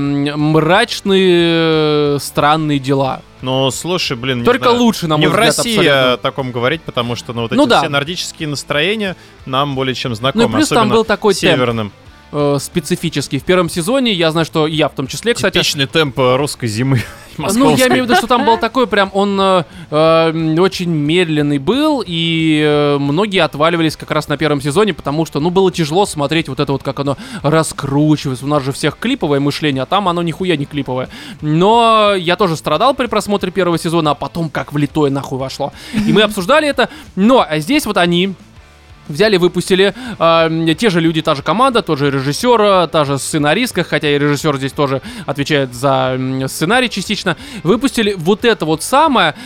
мрачные, э, странные дела. Ну, слушай, блин, не Только знаю. лучше, на Не мой в взгляд, России абсолютно. о таком говорить, потому что, ну, вот эти Ну да. все нордические настроения нам более чем знакомы, Ну и плюс там особенно был такой темп. северным. Э, специфический. В первом сезоне, я знаю, что я в том числе, кстати... Типичный темп э, русской зимы. Ну, Московской. я имею в виду, что там был такой прям, он э, э, очень медленный был, и э, многие отваливались как раз на первом сезоне, потому что, ну, было тяжело смотреть вот это вот, как оно раскручивается. У нас же всех клиповое мышление, а там оно нихуя не клиповое. Но я тоже страдал при просмотре первого сезона, а потом как влитое нахуй вошло. И мы обсуждали это, но а здесь вот они... Взяли, выпустили э, те же люди, та же команда, тот же режиссер, э, та же сценаристка, хотя и режиссер здесь тоже отвечает за м, сценарий частично. Выпустили вот это вот самое,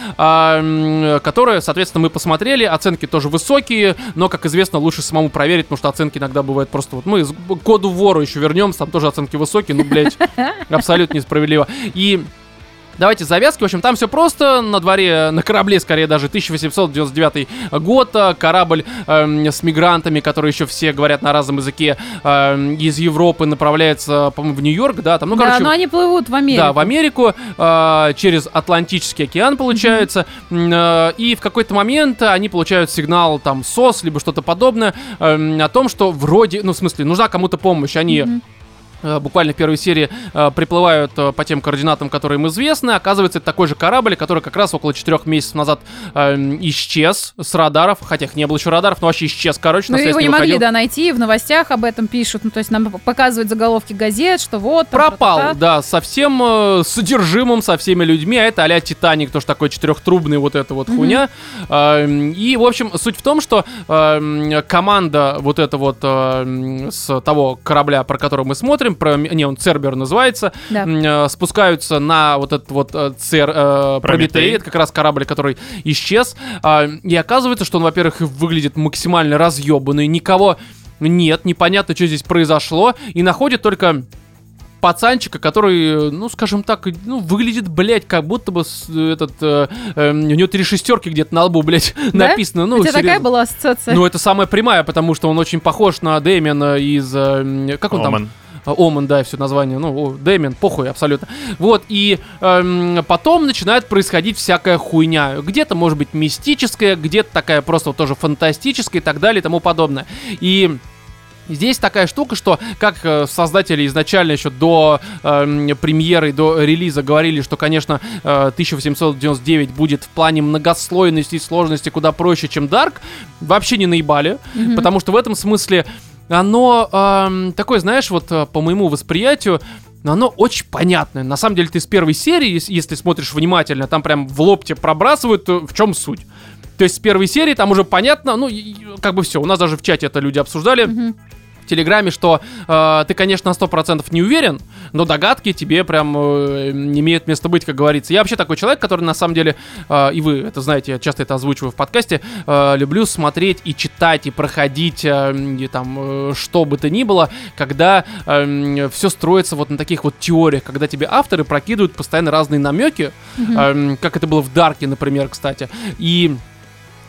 э, которое, соответственно, мы посмотрели. Оценки тоже высокие, но, как известно, лучше самому проверить, потому что оценки иногда бывают просто вот... Мы к Коду Вору еще вернемся, там тоже оценки высокие, ну, блядь, абсолютно несправедливо. И... Давайте завязки. В общем, там все просто. На дворе, на корабле, скорее даже, тысяча восемьсот девяносто девятый год. Корабль э, с мигрантами, которые еще все говорят на разном языке, э, из Европы направляется, по-моему, в Нью-Йорк, да? Там, ну, да, короче, но они плывут в Америку. да, в Америку, э, через Атлантический океан, получается. Mm-hmm. Э, и в какой-то момент они получают сигнал, там, СОС, либо что-то подобное, э, о том, что вроде, ну, в смысле, нужна кому-то помощь. Они... Mm-hmm. Буквально в первой серии э, приплывают э, по тем координатам, которые им известны. Оказывается, это такой же корабль, который как раз около четырех месяцев назад э, исчез с радаров. Хотя их не было еще радаров, но вообще исчез, короче, Ну, на связь его не не могли, выходил. да, найти, в новостях об этом пишут. Ну, то есть нам показывают заголовки газет, что вот... там, Пропал, та-та-та. да, со всем э, содержимым, со всеми людьми. А это а-ля Титаник, тоже такой четырехтрубный вот эта вот mm-hmm. хуйня. Э, и, в общем, суть в том, что э, команда вот эта вот э, с того корабля, про который мы смотрим, про, не, он Цербер называется, Да. э, спускаются на вот этот вот э, Цер, э, Прометей. Прометей. Это как раз корабль, который исчез. Э, и оказывается, что он, во-первых, выглядит максимально разъебанный. Никого нет, непонятно, что здесь произошло. И находит только... пацанчика, который, ну, скажем так, ну, выглядит, блядь, как будто бы с, этот, э, э, у него три шестерки где-то на лбу, блядь, Да? написано. Ну, У тебя серьезно. такая была ассоциация? Ну, это самая прямая, потому что он очень похож на Дэмиана из... э, как он Оман. там? Оман, да, все название. Ну, о, Дэмиан, похуй, абсолютно. Вот, и эм, потом начинает происходить всякая хуйня. Где-то, может быть, мистическая, где-то такая просто вот тоже фантастическая и так далее и тому подобное. И... Здесь такая штука, что как э, создатели изначально еще до э, премьеры, до релиза говорили, что, конечно, э, тысяча восемьсот девяносто девять будет в плане многослойности и сложности куда проще, чем Dark, вообще не наебали, Мгм. потому что в этом смысле оно э, такое, знаешь, вот э, по моему восприятию, но оно очень понятное. На самом деле, ты с первой серии, если, если смотришь внимательно, там прям в лоб тебе пробрасывают, э, в чем суть. То есть с первой серии там уже понятно, ну, и- как бы все. У нас даже в чате это люди обсуждали. Мгм. В Телеграме, что э, ты, конечно, на сто процентов не уверен, но догадки тебе прям э, не имеют места быть, как говорится. Я вообще такой человек, который на самом деле, э, и вы это знаете, я часто это озвучиваю в подкасте, э, люблю смотреть и читать, и проходить, э, и там, э, что бы то ни было, когда э, все строится вот на таких вот теориях, когда тебе авторы прокидывают постоянно разные намеки, Мгм. э, как это было в Дарке, например, кстати, и...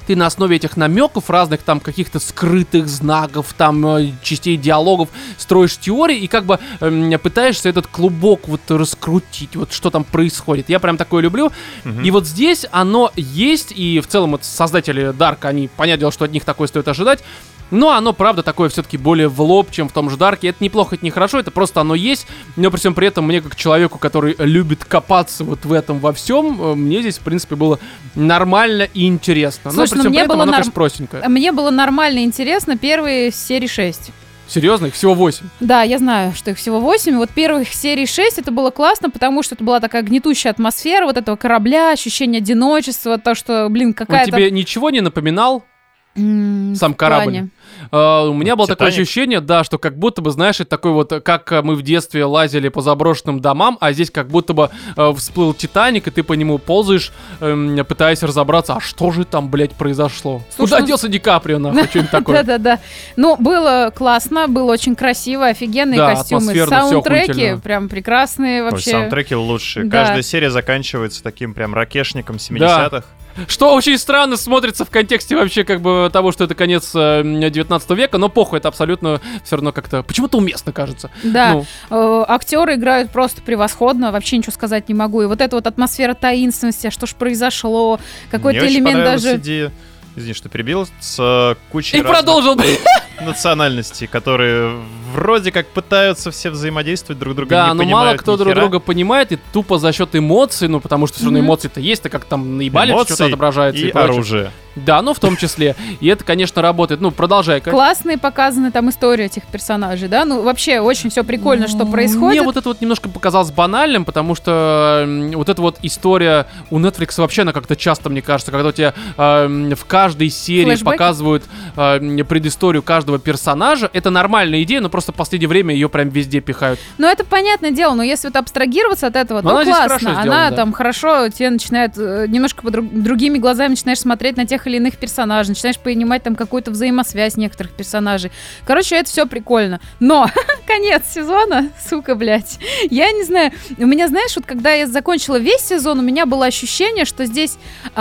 ты на основе этих намеков, разных там каких-то скрытых знаков, там э, частей диалогов строишь теории и как бы э, пытаешься этот клубок вот раскрутить, вот что там происходит. Я прям такое люблю. Mm-hmm. И вот здесь оно есть, и в целом вот создатели Дарка, они, понятное дело, что от них такое стоит ожидать. Но оно, правда, такое все-таки более в лоб, чем в том же Дарке. Это неплохо, это нехорошо, это просто оно есть. Но при всем при этом мне, как человеку, который любит копаться вот в этом во всем, мне здесь, в принципе, было нормально и интересно. Слушай, но при всем ну, при этом было оно, нар... конечно, простенькое. Мне было нормально и интересно первые серии шесть. Серьезно? Их всего восемь? Да, я знаю, что их всего восемь. Вот первых серий шесть это было классно, потому что это была такая гнетущая атмосфера вот этого корабля, ощущение одиночества, то, что, блин, какая-то... Он тебе ничего не напоминал? Mm, Сам корабль. Uh, у меня было Титаник. Такое ощущение, да, что как будто бы, знаешь, это такой вот, как мы в детстве лазили по заброшенным домам, а здесь как будто бы uh, всплыл Титаник, и ты по нему ползаешь, uh, пытаясь разобраться, а что же там, блядь, произошло? Слушай, Куда ну... делся Ди Каприо, нахуй, что-нибудь такое? Да-да-да. Ну, было классно, было очень красиво, офигенные костюмы, саундтреки прям прекрасные вообще. Саундтреки лучшие. Каждая серия заканчивается таким прям ракешником семидесятых. Что очень странно смотрится в контексте вообще как бы того, что это конец девятнадцатого века, но похуй, это абсолютно все равно как-то почему-то уместно кажется. Да, ну. э, актеры играют просто превосходно, вообще ничего сказать не могу. И вот эта вот атмосфера таинственности, что ж произошло, какой-то Мне элемент очень даже... Идея. Извини, что перебил, с кучей И продолжил, национальностей, которые вроде как пытаются все взаимодействовать друг друга, да, не но понимают мало кто друг друга понимает, и тупо за счет эмоций, ну, потому что все равно эмоции-то есть, так как там наебали, что-то отображается и, и оружие. Да, ну, в том числе. И это, конечно, работает. Ну, продолжай. Классные показаны там истории этих персонажей, да? Ну, вообще, очень все прикольно, что происходит. Мне вот это вот немножко показалось банальным, потому что вот эта вот история у Netflix вообще, она как-то часто, мне кажется, когда у тебя э, в каждой серии Флэшбэки? показывают э, предысторию каждого персонажа, это нормальная идея, но просто в последнее время ее прям везде пихают. Ну, это понятное дело, но если вот абстрагироваться от этого, но то классно. Сделана, она да. там хорошо, тебе начинает э, немножко по друг, другими глазами начинаешь смотреть на тех или иных персонажей, начинаешь понимать там какую-то взаимосвязь некоторых персонажей. Короче, это все прикольно. Но конец сезона, сука, блядь. Я не знаю, у меня, знаешь, вот когда я закончила весь сезон, у меня было ощущение, что здесь,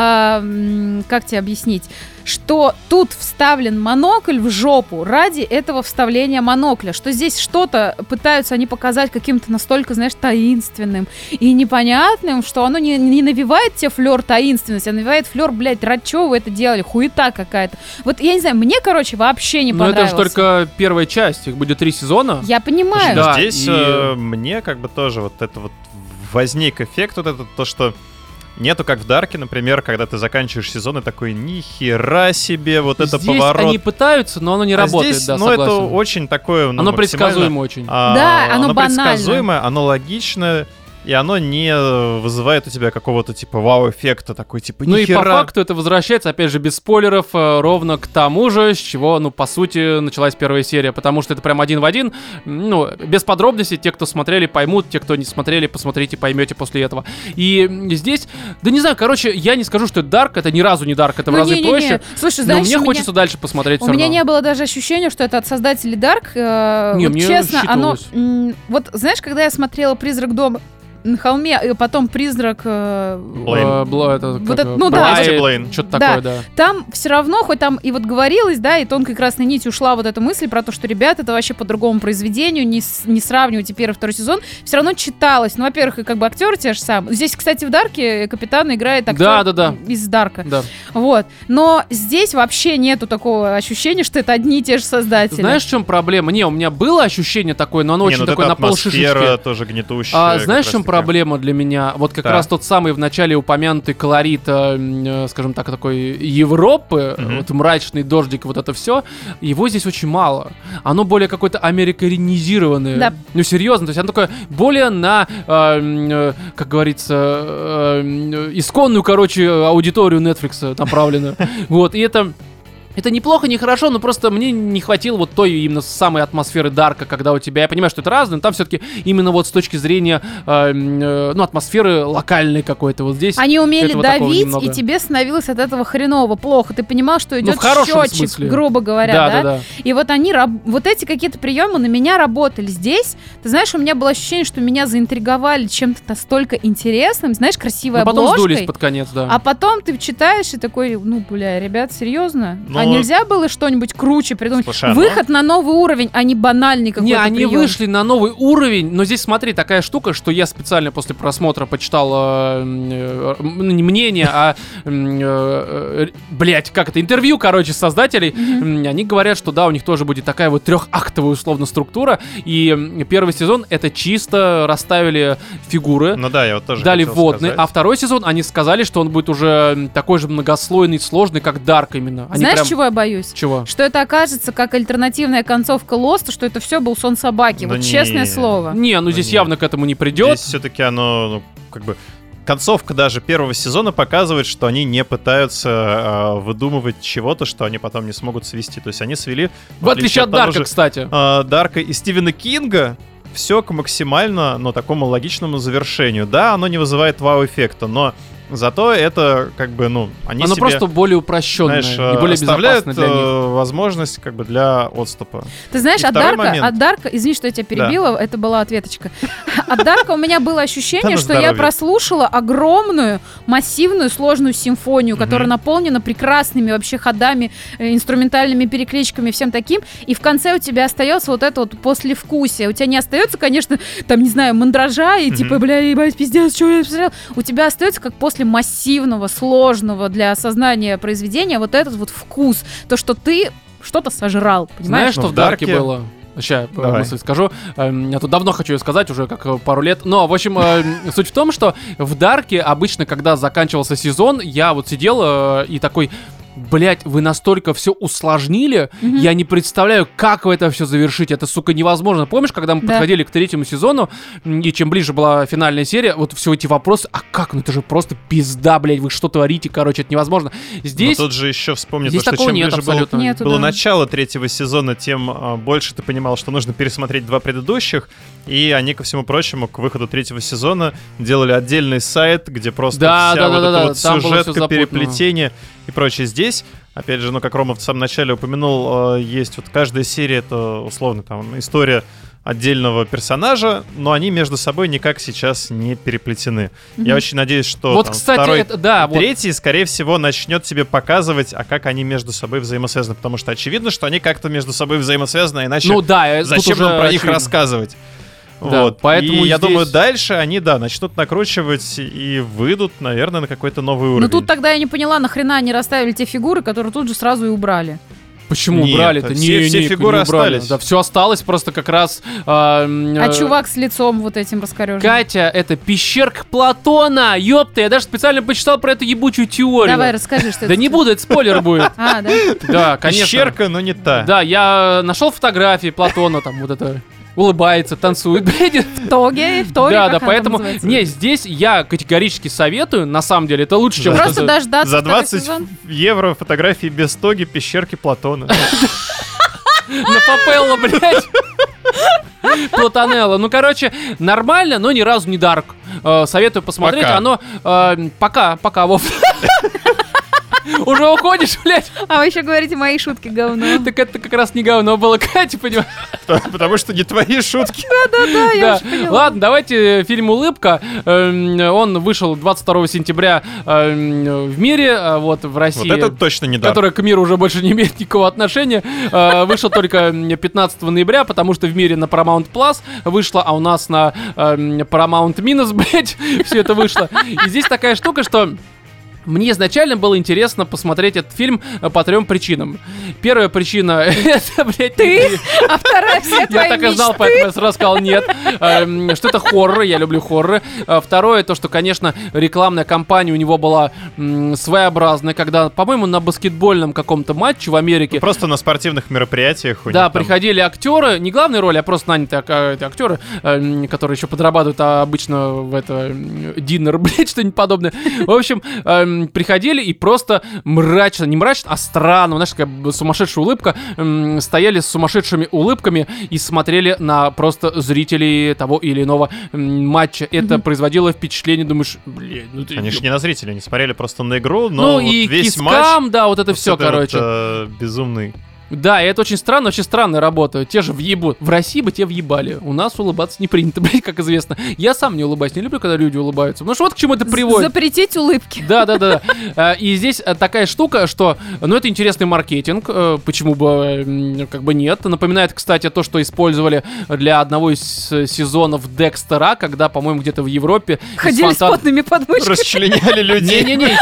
э, как тебе объяснить, что тут вставлен монокль в жопу ради этого вставления монокля, что здесь что-то пытаются они показать каким-то настолько, знаешь, таинственным и непонятным, что оно не, не навевает тебе флёр таинственности, а навевает флёр, блядь, рад чё вы это делали, хуета какая-то. Вот я не знаю, мне, короче, вообще не понравилось. Но это же только первая часть, их будет три сезона. Я понимаю. Да, здесь и... э, мне как бы тоже вот это вот возник эффект вот этот, то, что нету, как в Дарке, например, когда ты заканчиваешь сезон и такой, ни хера себе, вот это здесь поворот. Они пытаются, но оно не а работает, здесь, да, ну, согласен. это очень такое, ну, оно предсказуемо очень. А, да, оно, оно банально. предсказуемое, оно логичное. И оно не вызывает у тебя какого-то типа вау-эффекта, такой типа ну нихера. И по факту это возвращается, опять же, без спойлеров, ровно к тому же, с чего, ну, по сути, началась первая серия, потому что это прям один в один, ну, без подробностей, те, кто смотрели, поймут, те, кто не смотрели, посмотрите, поймете после этого. И здесь, да не знаю, короче, я не скажу, что это Дарк, это ни разу не Дарк, это ну, в разы не, не, проще, не. Слушай, знаешь, но мне меня... хочется дальше посмотреть. У меня равно. не было даже ощущения, что это от создателей Дарк, э, не, вот мне честно, оно, м- вот знаешь, когда я смотрела «Призрак дома» на холме, и потом призрак... Э, Блейн. Бла, это, вот это, ну да, Блейн. Что-то да, такое, да. Там все равно, хоть там и вот говорилось, да, и тонкой красной нитью ушла вот эта мысль про то, что, ребят, это вообще по другому произведению, не, с, не сравнивайте первый и второй сезон, все равно читалось. Ну, во-первых, и как бы актер те же самые. Здесь, кстати, в Дарке капитан играет актер да, да, да. из Дарка. Да. Вот. Но здесь вообще нету такого ощущения, что это одни и те же создатели. Знаешь, в чем проблема? Не, у меня было ощущение такое, но оно не, очень ну, такое на полшишечки. Атмосфера тоже гнетущая. А, знаешь, в чем проблема для меня? Вот как да. раз тот самый в начале упомянутый колорит, э, скажем так, такой Европы, mm-hmm. вот мрачный дождик, вот это все, его здесь очень мало. Оно более какое-то американизированное. Да. Ну, серьезно, то есть оно такое более на, э, э, как говорится, э, э, исконную, короче, аудиторию Netflix направлено. Вот, и это... Это неплохо, не хорошо, но просто мне не хватило вот той именно самой атмосферы Дарка, когда у тебя, я понимаю, что это разное, но там все-таки именно вот с точки зрения, э, э, ну, атмосферы локальной какой-то вот здесь. Они умели давить, и тебе становилось от этого хреново, плохо. Ты понимал, что идет ну, счетчик, смысле. грубо говоря, да, да? Да, да. И вот они, вот эти какие-то приемы на меня работали. Здесь, ты знаешь, у меня было ощущение, что меня заинтриговали чем-то настолько интересным, знаешь, красивой обложкой. А потом сдулись под конец, да. А потом ты читаешь и такой, ну, бля, ребят, серьезно? Но... А нельзя было что-нибудь круче придумать? Слушай, Выход но... на новый уровень, а не банальный какой-то Не, они прием. вышли на новый уровень, но здесь, смотри, такая штука, что я специально после просмотра почитал э, э, не мнение, а э, э, блять, как это, интервью, короче, создателей. Mm-hmm. Они говорят, что да, у них тоже будет такая вот трехактовая условно структура, и первый сезон это чисто расставили фигуры, ну да, я вот тоже дали вводные, а второй сезон они сказали, что он будет уже такой же многослойный, сложный, как Дарк именно. Они Знаешь, прям... чего я боюсь? Чего? Что это окажется как альтернативная концовка Лоста, что это все был сон собаки. Да вот не... честное слово. Не, ну да здесь не. явно к этому не придет. Здесь все-таки оно, ну, как бы... Концовка даже первого сезона показывает, что они не пытаются э, выдумывать чего-то, что они потом не смогут свести. То есть они свели... В отличие от Дарка, же, кстати. Э, Дарка и Стивена Кинга все к максимально, ну, такому логичному завершению. Да, оно не вызывает вау-эффекта, но... Зато это, как бы, ну, они Оно себе, просто более упрощенное знаешь, и более оставляют безопасное для них. возможность, как бы, для отступа. Ты знаешь, от Дарка, от Дарка, извини, что я тебя перебила, да. Это была ответочка. От Дарка у меня было ощущение, что я прослушала огромную, массивную, сложную симфонию, которая наполнена прекрасными вообще ходами, инструментальными перекличками, всем таким, и в конце у тебя остается вот это вот послевкусие. У тебя не остается, конечно, там, не знаю, мандража и типа, бля, ебать, пиздец, что я посмотрел. У тебя остается как после массивного, сложного для осознания произведения вот этот вот вкус, то, что ты что-то сожрал, понимаешь? Знаешь, что в Дарке было? Сейчас мысль скажу. Я тут давно хочу ее сказать, уже как пару лет. Но, в общем, суть в том, что в Дарке обычно, когда заканчивался сезон, я вот сидел и такой... Блять, вы настолько все усложнили, mm-hmm. я не представляю, как вы это все завершить. Это, сука, невозможно. Помнишь, когда мы да. подходили к третьему сезону, и чем ближе была финальная серия, вот все эти вопросы, а как? Ну это же просто пизда, блять, вы что творите, короче, это невозможно. Здесь... Но тут же еще вспомни Здесь то, что чем нет, ближе абсолютно. было, Нету, было да. начало третьего сезона, тем а, больше ты понимал, что нужно пересмотреть два предыдущих, и они, ко всему прочему, к выходу третьего сезона делали отдельный сайт, где просто да, вся да, вот да, эта да, вот сюжетка, переплетение и прочее. Здесь, опять же, ну, как Рома в самом начале упомянул, есть вот каждая серия, это условно там история отдельного персонажа, но они между собой никак сейчас не переплетены. Mm-hmm. Я очень надеюсь, что вот, там, кстати, второй, это, да, третий, вот. скорее всего, начнет тебе показывать, а как они между собой взаимосвязаны, потому что очевидно, что они как-то между собой взаимосвязаны, иначе ну, да, зачем нам про очевидно. них рассказывать? Да, вот. Поэтому и здесь... я думаю, дальше они, да, начнут накручивать и выйдут, наверное, на какой-то новый уровень. Но тут тогда я не поняла, нахрена они расставили те фигуры, которые тут же сразу и убрали. Почему Нет, убрали-то? Все, не, все не, фигуры не убрали. остались. Да, все осталось просто как раз... Э, э, а чувак с лицом вот этим раскореженным? Катя, это пещерка Платона. Ёпта, я даже специально почитал про эту ебучую теорию. Давай, расскажи, что это. Да не буду, это спойлер будет. А, да? Да, конечно. Пещерка, но не та. Да, я нашел фотографии Платона, там вот это... улыбается, танцует, бредит. В тоге, в тоге. Да, да, поэтому... Не, здесь я категорически советую, на самом деле, это лучше, чем... Просто дождаться. За двадцать евро фотографии без тоги пещерки Платона. На Папелло, блядь. Платонелло. Ну, короче, нормально, но ни разу не дарк. Советую посмотреть. Оно... Пока, пока, Вов. Уже уходишь, блядь? А вы еще говорите, мои шутки говно. Так это как раз не говно было, Катя, понимаешь? Потому что не твои шутки. Да-да-да, я уже поняла. Ладно, давайте фильм «Улыбка». Он вышел двадцать второго сентября в мире, вот в России. Вот это точно не дарк. Которая к миру уже больше не имеет никакого отношения. Вышел только пятнадцатого ноября, потому что в мире на Paramount Plus вышло, а у нас на Paramount Minus, блядь, все это вышло. И здесь такая штука, что... Мне изначально было интересно посмотреть этот фильм по трем причинам. Первая причина — это, блядь, ты, а вторая — все твои Я так и знал, поэтому я сразу сказал нет. Что это хоррор, я люблю хорроры. Второе — то, что, конечно, рекламная кампания у него была своеобразная, когда, по-моему, на баскетбольном каком-то матче в Америке... Просто на спортивных мероприятиях у Да, них там... приходили актеры, не главные роли, а просто нанятые актеры, которые еще подрабатывают обычно в это диннер, блядь, что-нибудь подобное. В общем... м, приходили и просто мрачно, не мрачно, а странно, знаешь, такая сумасшедшая улыбка, м, стояли с сумасшедшими улыбками и смотрели на просто зрителей того или иного м, матча. Это mm-hmm. производило впечатление, думаешь, блин, ну ты... Они же не на зрителей, они смотрели просто на игру, но ну, вот и весь кискам, матч... да, вот это все, это короче. Вот, э, безумный. Да, и это очень странно, очень странная работа. Те же въебут. В России бы те въебали. У нас улыбаться не принято, блядь, как известно. Я сам не улыбаюсь, не люблю, когда люди улыбаются. Ну что вот к чему это приводит. Запретить улыбки. Да, да, да. И здесь такая штука, что, ну, это интересный маркетинг. Почему бы, как бы нет. Напоминает, кстати, то, что использовали для одного из сезонов Декстера, когда, по-моему, где-то в Европе... Ходили фонтан... с потными подмышками. Расчленяли людей. Не-не-не.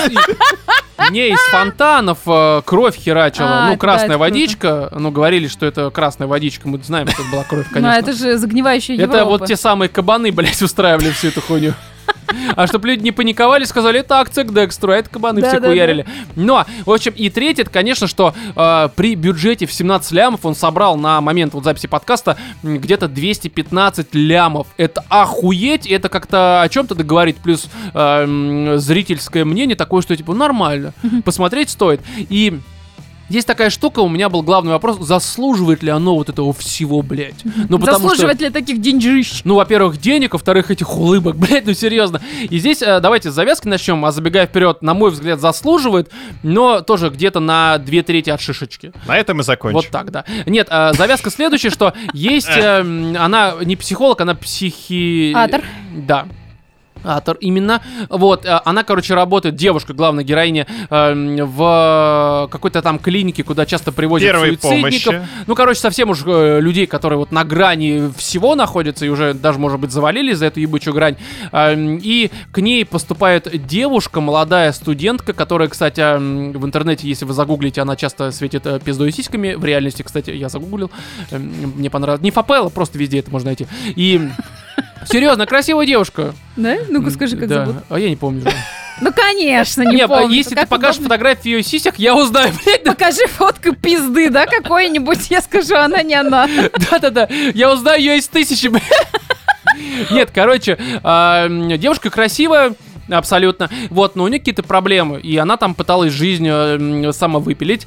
Не, из фонтанов э, кровь херачила. А, ну, красная да, водичка. Круто. Ну, говорили, что это красная водичка. Мы знаем, что это была кровь, конечно. Ну, это же загнивающая Европа. Это вот те самые кабаны, блядь, устраивали всю эту хуйню. А чтобы люди не паниковали, сказали, это акция к Декстеру, а это кабаны да, все да, хуярили. Да. Но, в общем, и третье, это, конечно, что э, при бюджете в семнадцать лямов он собрал на момент вот записи подкаста где-то двести пятнадцать лямов. Это охуеть, это как-то о чем-то договорит. Плюс э, зрительское мнение такое, что типа нормально, посмотреть стоит. И... Здесь такая штука, у меня был главный вопрос, заслуживает ли оно вот этого всего, блядь? Ну, заслуживает что, ли таких деньжищ? Ну, во-первых, денег, во-вторых, этих улыбок, блядь, ну серьезно. И здесь э, давайте с завязки начнем, а забегая вперед, на мой взгляд, заслуживает, но тоже где-то на две трети от шишечки. На этом и закончим. Вот так, да. Нет, э, завязка следующая, что есть, э, она не психолог, она психи... Атор. Да. Атор, именно. Вот, она, короче, работает, девушка, главная героиня, э, в какой-то там клинике, куда часто привозят Первой суицидников. Помощи. Ну, короче, совсем уж э, людей, которые вот на грани всего находятся и уже даже, может быть, завалились за эту ебучую грань. Э, и к ней поступает девушка, молодая студентка, которая, кстати, э, в интернете, если вы загуглите, она часто светит э, пиздой сиськами. В реальности, кстати, я загуглил. Э, мне понравилось. Не Фапелла, просто везде это можно найти. И... Серьезно, красивая девушка. Да? Ну-ка скажи, как да. зовут. А я не помню. Ну, конечно, не Нет, помню. Если ты покажешь фотографию ее сисек, я узнаю, блядь. Да. Покажи фотку пизды, да, какой-нибудь, я скажу, она не она. Да-да-да, я узнаю ее из тысячи, блядь. Нет, короче, девушка красивая, абсолютно. Вот, но у нее какие-то проблемы, и она там пыталась жизнь самовыпилить.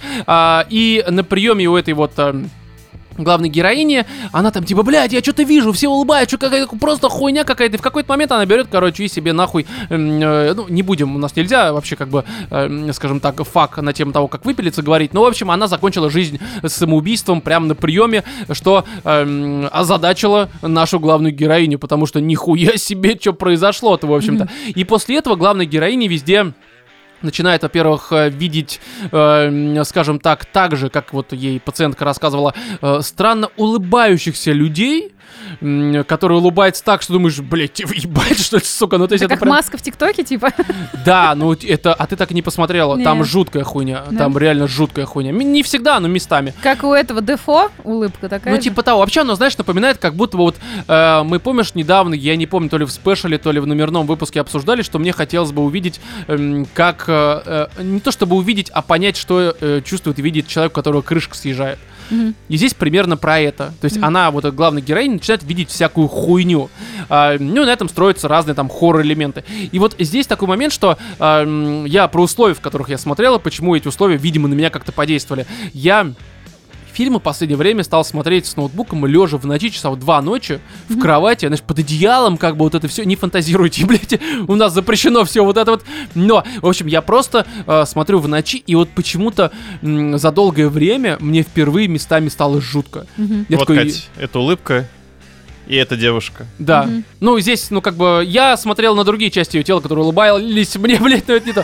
И на приеме у этой вот... главной героини, она там типа, блядь, я что-то вижу, все улыбаются, что какая-то просто хуйня какая-то. И в какой-то момент она берет, короче, и себе нахуй, э, э, ну, не будем, у нас нельзя вообще как бы, э, скажем так, фак на тему того, как выпилиться говорить. Но, в общем, она закончила жизнь самоубийством прямо на приеме, что э, озадачило нашу главную героиню, потому что нихуя себе, что произошло-то, в общем-то. Mm-hmm. И после этого главной героини везде... начинает, во-первых, видеть, э, скажем так, так же, как вот ей пациентка рассказывала, э, странно улыбающихся людей, э, которые улыбаются так, что думаешь, блядь, тебе ебать, что ли, сука, ну то есть это, это как прям... маска в ТикТоке, типа? Да, ну это, а ты так и не посмотрела, Нет. Там жуткая хуйня, да. Там реально жуткая хуйня, не всегда, но местами. Как у этого Дефо улыбка такая Ну же? типа того, вообще оно, знаешь, напоминает, как будто бы вот, э, мы, помнишь, недавно, я не помню, то ли в спешале, то ли в номерном выпуске обсуждали, что мне хотелось бы увидеть, э, как... Э, не то чтобы увидеть, а понять, что э, чувствует и видит человек, у которого крышка съезжает. Mm-hmm. И здесь примерно про это. То есть mm-hmm. она, вот эта главная героиня, начинает видеть всякую хуйню. А, ну, на этом строятся разные там хоррор-элементы. И вот здесь такой момент, что а, я про условия, в которых я смотрела, почему эти условия, видимо, на меня как-то подействовали. Я... фильмы в последнее время стал смотреть с ноутбуком, лежа в ночи, часа в два ночи, в mm-hmm. кровати, знаешь, под одеялом, как бы вот это все, не фантазируйте, блядь, у нас запрещено все вот это вот. Но, в общем, я просто э, смотрю в ночи, и вот почему-то м- за долгое время мне впервые местами стало жутко. Mm-hmm. Вот, такой... Кать, это улыбка, и эта девушка. Да. Mm-hmm. Ну, здесь, ну, как бы, я смотрел на другие части ее тела, которые улыбались мне, блядь, но это не то.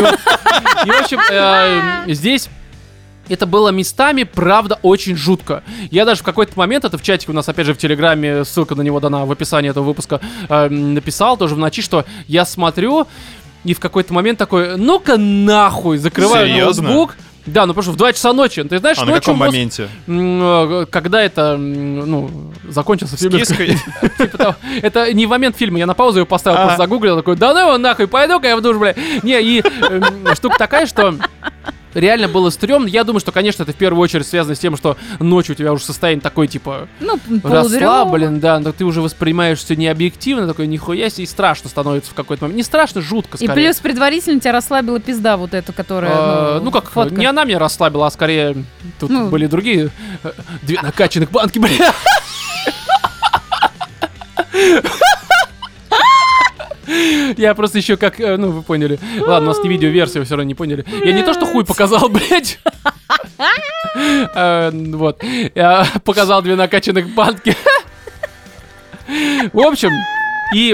И, в общем, здесь... это было местами, правда, очень жутко. Я даже в какой-то момент, это в чатике у нас, опять же, в Телеграме, ссылка на него дана в описании этого выпуска, э, написал тоже в ночи, что я смотрю, и в какой-то момент такой, ну-ка нахуй, закрываю Серьезно? ноутбук. Да, ну потому что в два часа ночи, ты знаешь, а ночью... на каком мозг, моменте? м- когда это, м- ну, закончился фильм. Типа это не в момент фильма, я на паузу его поставил, просто загуглил, такой, да ну его нахуй, пойду-ка я в душ, бля. Не, и штука такая, что... реально было стрёмно. Я думаю, что, конечно, это в первую очередь связано с тем, что ночью у тебя уже состояние такое, типа, ну, расслаблен, да, но ты уже воспринимаешь все необъективно, такой, нихуя себе, и страшно становится в какой-то момент. Не страшно, жутко, скорее. И плюс предварительно тебя расслабила пизда вот эта, которая, а, ну, ну, как, фотка. Не она меня расслабила, а скорее тут ну. были другие две накачанных банки, бля. Я просто еще как, ну, вы поняли. Ладно, у нас не видеоверсия, вы все равно не поняли. Я не то, что хуй показал, блядь. Вот. Я показал две накачанных банки. В общем, и...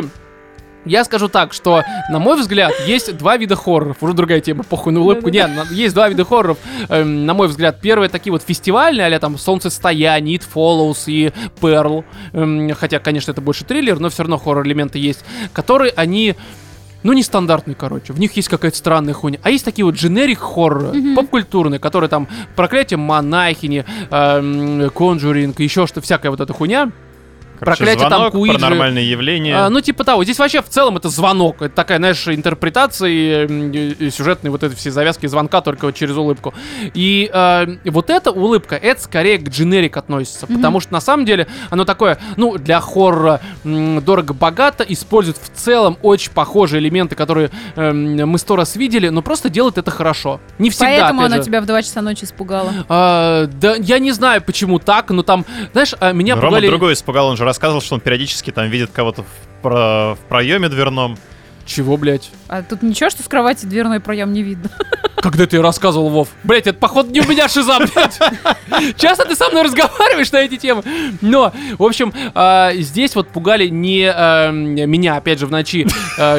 Я скажу так, что, на мой взгляд, есть два вида хорроров. Уже другая тема, похуй на улыбку. Нет, есть два вида хорроров, эм, на мой взгляд. Первые такие вот фестивальные, а-ля там «Солнцестояние», «It Follows» и «Pearl». Эм, хотя, конечно, это больше триллер, но все равно хоррор-элементы есть. Которые, они... Ну, нестандартные, короче. В них есть какая-то странная хуйня. А есть такие вот дженерик хорроры, mm-hmm. поп-культурные, которые там «Проклятие монахини», эм, «Conjuring», еще что всякая вот эта хуйня. Короче, проклятие звонок, там Куиджи. Паранормальные явления. А, ну, типа того. Здесь вообще в целом это звонок. Это такая, знаешь, интерпретация и, и сюжетные вот эти все завязки звонка только вот через улыбку. И э, вот эта улыбка, это скорее к дженерик относится. Mm-hmm. Потому что на самом деле оно такое, ну, для хоррора м, дорого-богато, использует в целом очень похожие элементы, которые э, мы сто раз видели, но просто делает это хорошо. Не всегда, поэтому опять она же. тебя в два часа ночи испугала. А, да, я не знаю, почему так, но там, знаешь, меня но пугали... Рома другой испугал, он же рассказывал, что он периодически там видит кого-то в, про... в проеме дверном. Чего, блядь? А тут ничего, что с кровати дверной проем не видно. Когда ты рассказывал, Вов? Блядь, это, походу, не у меня шиза, блядь. Часто ты со мной разговариваешь на эти темы. Но, в общем, э, здесь вот пугали не э, меня, опять же, в ночи, э,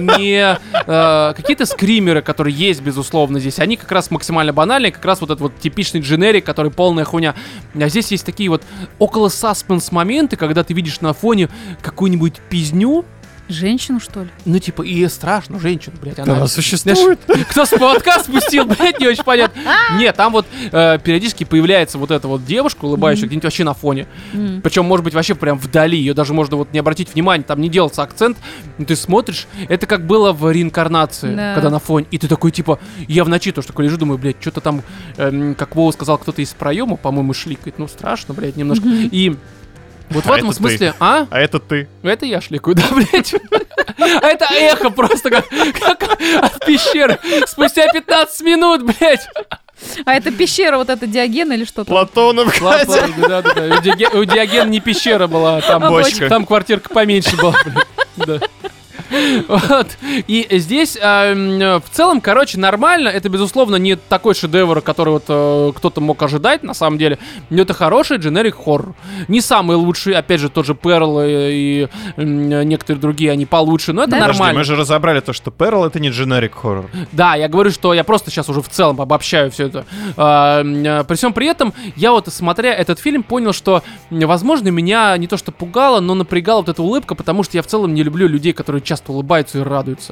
не э, какие-то скримеры, которые есть, безусловно, здесь. Они как раз максимально банальные, как раз вот этот вот типичный дженерик, который полная хуйня. А здесь есть такие вот около саспенс моменты, когда ты видишь на фоне какую-нибудь пизню. Женщину, что ли? Ну, типа, и страшно, женщину, блядь, она... Она существует. Знаешь, кто с подкаст спустил, блядь, не очень понятно. Нет, там вот э, периодически появляется вот эта вот девушка, улыбающая, mm-hmm. где-нибудь вообще на фоне. Mm-hmm. Причем, может быть, вообще прям вдали. Ее даже можно вот не обратить внимания, там не делается акцент. Но ты смотришь, это как было в реинкарнации, да. когда на фоне. И ты такой, типа, я в ночи тоже такой лежу, думаю, блядь, что-то там, э, как Вова сказал, кто-то из проема, по-моему, шликает. Ну, страшно, блядь, немножко. Mm-hmm. И... Вот а в этом смысле, ты. а? А это ты. Это я шликаю, да, блядь? А это эхо просто как, как от пещеры. Спустя пятнадцать минут, блядь. А это пещера, вот это Диоген или что-то? Платонов, Платон, да, да, да. У, Диоген, у Диогена не пещера была, там а бочка. Там квартирка поменьше была, блядь. Да. Вот. И здесь э, в целом, короче, нормально. Это, безусловно, не такой шедевр, который вот э, кто-то мог ожидать, на самом деле. Но это хороший дженерик хоррор. Не самый лучший, опять же, тот же Pearl и, и э, некоторые другие, они получше, но это да? нормально. Подожди, мы же разобрали то, что Pearl — это не дженерик хоррор. Да, я говорю, что я просто сейчас уже в целом обобщаю все это. Э, э, при всем при этом, я вот, смотря этот фильм, понял, что, возможно, меня не то что пугало, но напрягала вот эта улыбка, потому что я в целом не люблю людей, которые часто улыбаются и радуются.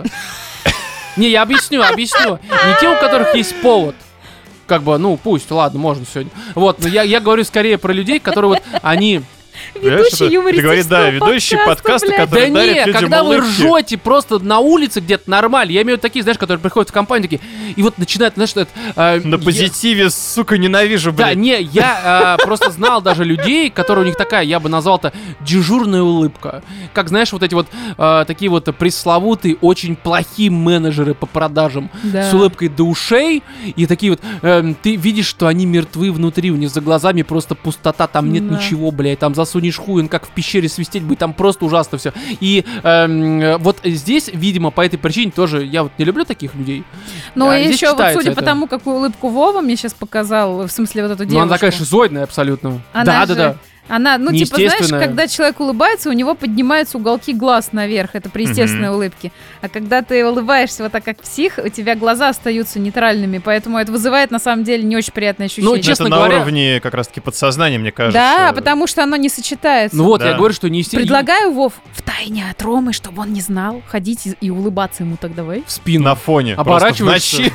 Не, я объясню, объясню. Не те, у которых есть повод. Как бы, ну, пусть, ладно, можно сегодня. Вот, но я, я говорю скорее про людей, которые вот, они... Ведущий юмористического Ты говоришь, да, ведущий подкаста, который да дарит не, людям когда улыбки. Вы ржете просто на улице где-то нормально. Я имею в виду такие, знаешь, которые приходят в компанию такие, и вот начинают, знаешь, это... Э, на позитиве, я... сука, ненавижу, блядь. Да, не, я э, просто знал даже людей, которые у них такая, я бы назвал это дежурная улыбка. Как, знаешь, вот эти вот э, такие вот пресловутые, очень плохие менеджеры по продажам. Да. С улыбкой до ушей. И такие вот, э, ты видишь, что они мертвы внутри, у них за глазами просто пустота, там нет да. ничего, блядь, там засунешь хуй, он как в пещере свистеть будет, там просто ужасно все. И э, вот здесь, видимо, по этой причине тоже я вот не люблю таких людей. Ну а и еще вот судя это. по тому, какую улыбку Вова мне сейчас показал, в смысле вот эту девушку. Ну она такая шизоидная абсолютно. Она да, же... да, да. Она, ну, типа, знаешь, когда человек улыбается, у него поднимаются уголки глаз наверх. Это при естественной mm-hmm. улыбке. А когда ты улыбаешься вот так, как псих, у тебя глаза остаются нейтральными. Поэтому это вызывает, на самом деле, не очень приятное ощущение. Ну, честно это говоря... на уровне, как раз-таки, подсознания, мне кажется. Да, потому что оно не сочетается. Ну вот, да. я говорю, что не естественно. Предлагаю, Вов, втайне от Ромы, чтобы он не знал, ходить и, и улыбаться ему так давай. В спину. На фоне. Оборачиваешься.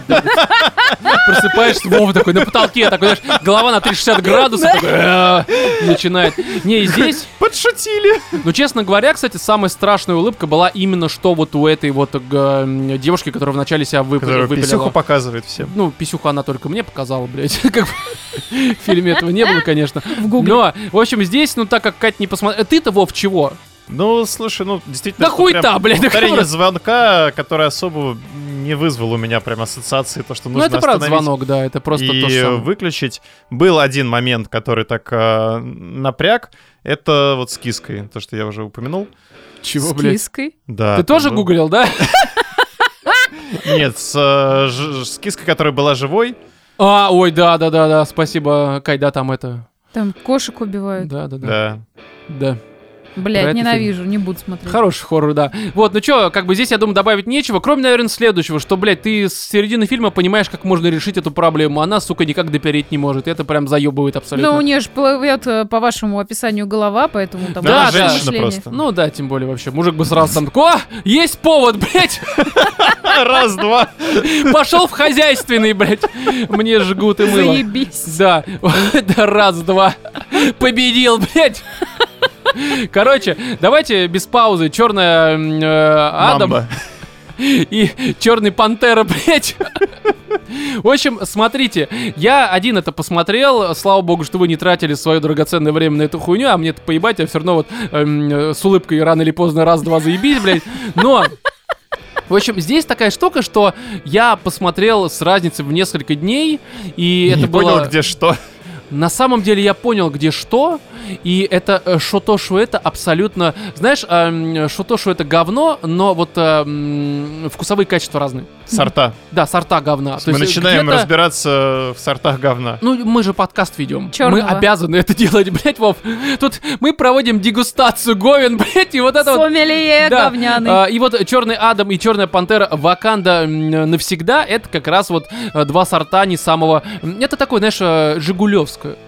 Просыпаешься, Вова такой на потолке, такой, знаешь, голова на триста шестьдесят градусов. начинает. Не, здесь... Подшутили. Ну, честно говоря, кстати, самая страшная улыбка была именно что вот у этой вот э, девушки, которая вначале себя вып... Которая выпилила. писюху показывает всем. Ну, писюху она только мне показала, блядь. Как бы в фильме этого не было, конечно. В гугле. Но, в общем, здесь, ну, так как Катя не посмотрела... Ты-то, Вов, чего? Ну, слушай, ну, действительно... Да хуй-то, блядь. Повторение звонка, которое особо не вызвало у меня прям ассоциации, то, что нужно Ну, это правда остановить звонок, да, это просто и то же самое. выключить. Был один момент, который так э, напряг, это вот с киской, то, что я уже упомянул. Чего, С блядь? киской? Да. Ты тоже был... гуглил, да? Нет, с, э, ж, с киской, которая была живой. А, ой, да-да-да-да, спасибо, Кай, да, там это... Там кошек убивают. Да-да-да. Да. Да. Блять, ненавижу, не буду смотреть. Хороший хоррор, да. Вот, ну чё, как бы здесь, я думаю, добавить нечего, кроме, наверное, следующего, что, блядь, ты с середины фильма понимаешь, как можно решить эту проблему. Она, сука, никак допереть не может. Это прям заебывает абсолютно. Ну, у нее же плывет по вашему описанию голова, поэтому там... Да, женщина мышление. просто. Ну да, тем более вообще. Мужик бы сразу там такой: о, есть повод, блядь! Раз, два. Пошел в хозяйственный, блядь. Мне жгут и мыло. Заебись. Да, да, раз, два. Победил, блядь. Короче, давайте без паузы. Черная э, Адам Мамба. и Черный Пантера, блядь. В общем, смотрите, я один это посмотрел. Слава богу, что вы не тратили свое драгоценное время на эту хуйню, а мне-то поебать, я все равно вот эм, с улыбкой рано или поздно раз-два заебись, блядь. Но... В общем, здесь такая штука, что я посмотрел с разницей в несколько дней, и Не это было... понял, где что. На самом деле я понял, где что, и это э, шо-то, шо это абсолютно... Знаешь, э, шо-то, шо это говно, но вот э, м, вкусовые качества разные. Сорта. Да, сорта говна. То Мы есть начинаем где-то- разбираться в сортах говна. Ну, мы же подкаст ведем. Чёрного. Мы обязаны это делать, блядь, Вов. Тут мы проводим дегустацию говен, блядь, и вот это вот... Сомелье Да, говняный. а, и вот Черный Адам и Черная Пантера Ваканда м, навсегда, это как раз вот а, два сорта не самого... м, Это такое, знаешь, а, жигулевское,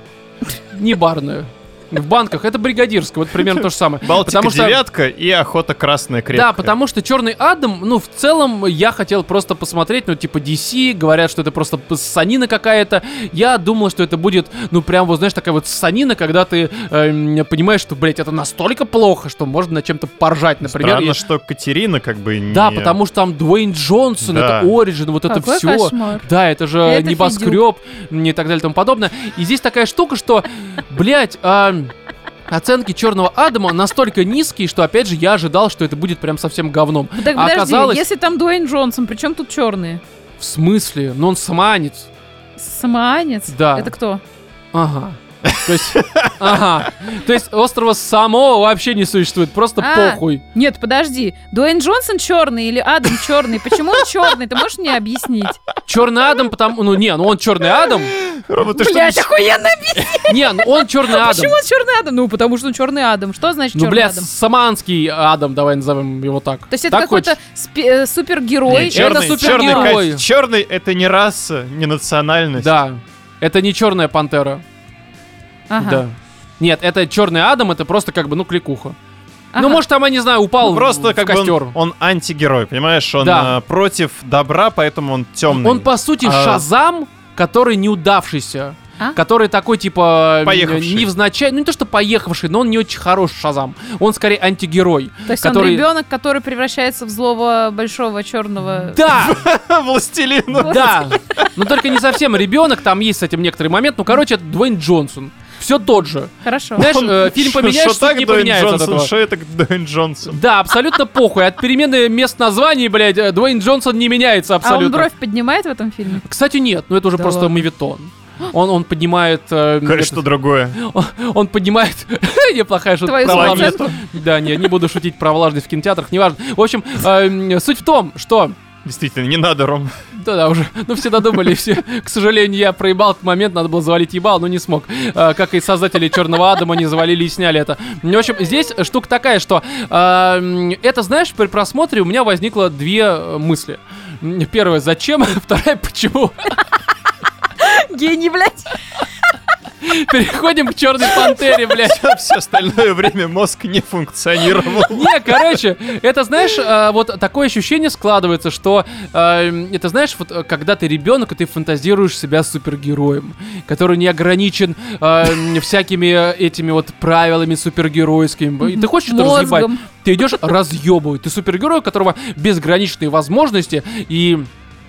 не барное. В банках это бригадирское, вот примерно то же самое. Балтика Потому что- девятка и охота красная крепкая. Да, потому что Черный Адам, ну, в целом, я хотел просто посмотреть, ну, типа, ди си, говорят, что это просто ссанина какая-то. Я думал, что это будет, ну, прям, вот, знаешь, такая вот ссанина, когда ты эм, понимаешь, что, блядь, это настолько плохо, что можно над чем-то поржать, например. Странно, и- что Катерина как бы не... Да, потому что там Дуэйн Джонсон, Да. это Ориджин, вот это Какой все. кошмар. Да, это же Это небоскреб, и так далее и тому подобное. И здесь такая штука, что, блядь, а, оценки Черного Адама настолько низкие, что, опять же, я ожидал, что это будет прям совсем говном. Так, А подожди, оказалось... если там Дуэйн Джонсон, при чем тут черные? В смысле? Ну он самоанец. Самоанец? Да. Это кто? Ага. То есть, ага. То есть острова Самоа вообще не существует, просто А. похуй. Нет, подожди. Дуэйн Джонсон черный или Адам черный? Почему он черный? Ты можешь мне объяснить? Черный Адам, потому... Ну не, ну он Черный Адам. Рома, ты что, Блять, охуенно объяснить. Не, ну он Черный Адам. Почему он черный Адам? Ну, потому что он черный Адам. Что значит Ну, черный блядь, Адам? саманский Адам, давай назовем его так. То есть это Так какой-то хочешь? спе- э, супергерой? Не, черный, Это черный, супергерой. Кать, черный это не раса, не национальность. Да. Это не Черная Пантера. Ага. Да. Нет, это Черный Адам, это просто как бы, ну, кликуха. Ага. Ну, может, там, я не знаю, упал Ну, просто в как бы костер. он, он антигерой, понимаешь? Он Да. э, против добра, поэтому он темный. Он, по сути, А- Шазам, который неудавшийся. А? Который такой, типа, Поехавший. невзначай, ну не то, что поехавший, но он не очень хороший Шазам. Он скорее антигерой. То есть который... он ребенок, который превращается в злого большого черного. Да, Властелин. да. Но только не совсем ребенок, там есть с этим некоторый момент. Ну, короче, это Дуэйн Джонсон. Все тот же. Хорошо. Знаешь, э, фильм поменяешь, Что что так не Дуэйн поменяется от Джонсон, этого. что это Дуэйн Джонсон? Да, абсолютно похуй. От перемены мест названий, блядь, э, Дуэйн Джонсон не меняется А он абсолютно. бровь поднимает в этом фильме? Кстати, нет, ну это уже Да просто ладно. мавитон. Он, он поднимает... э, Кое-что другое. Он, он поднимает... Неплохая шутка Твою про влажность. самооценку? Да, не, не буду шутить про влажность в кинотеатрах, неважно. В общем, э, суть в том, что... Действительно, не надо, Ром. Да-да, уже, ну все додумали, все. К сожалению, я проебал этот момент, надо было завалить ебал, но не смог. Э, как и создатели Черного Адама, не завалили и сняли это. В общем, здесь штука такая, что... э, это, знаешь, при просмотре у меня возникло две э, мысли. М, Первая, зачем? Вторая, почему? Гений, блядь. Переходим к Черной Пантере, блядь. Все остальное время мозг не функционировал. Не, короче, это, знаешь, вот такое ощущение складывается, что это, знаешь, вот когда ты ребенок, и ты фантазируешь себя супергероем, который не ограничен всякими этими вот правилами супергеройскими. И ты хочешь что-то разъебать? Ты идешь разъебывать. Ты супергерой, у которого безграничные возможности и...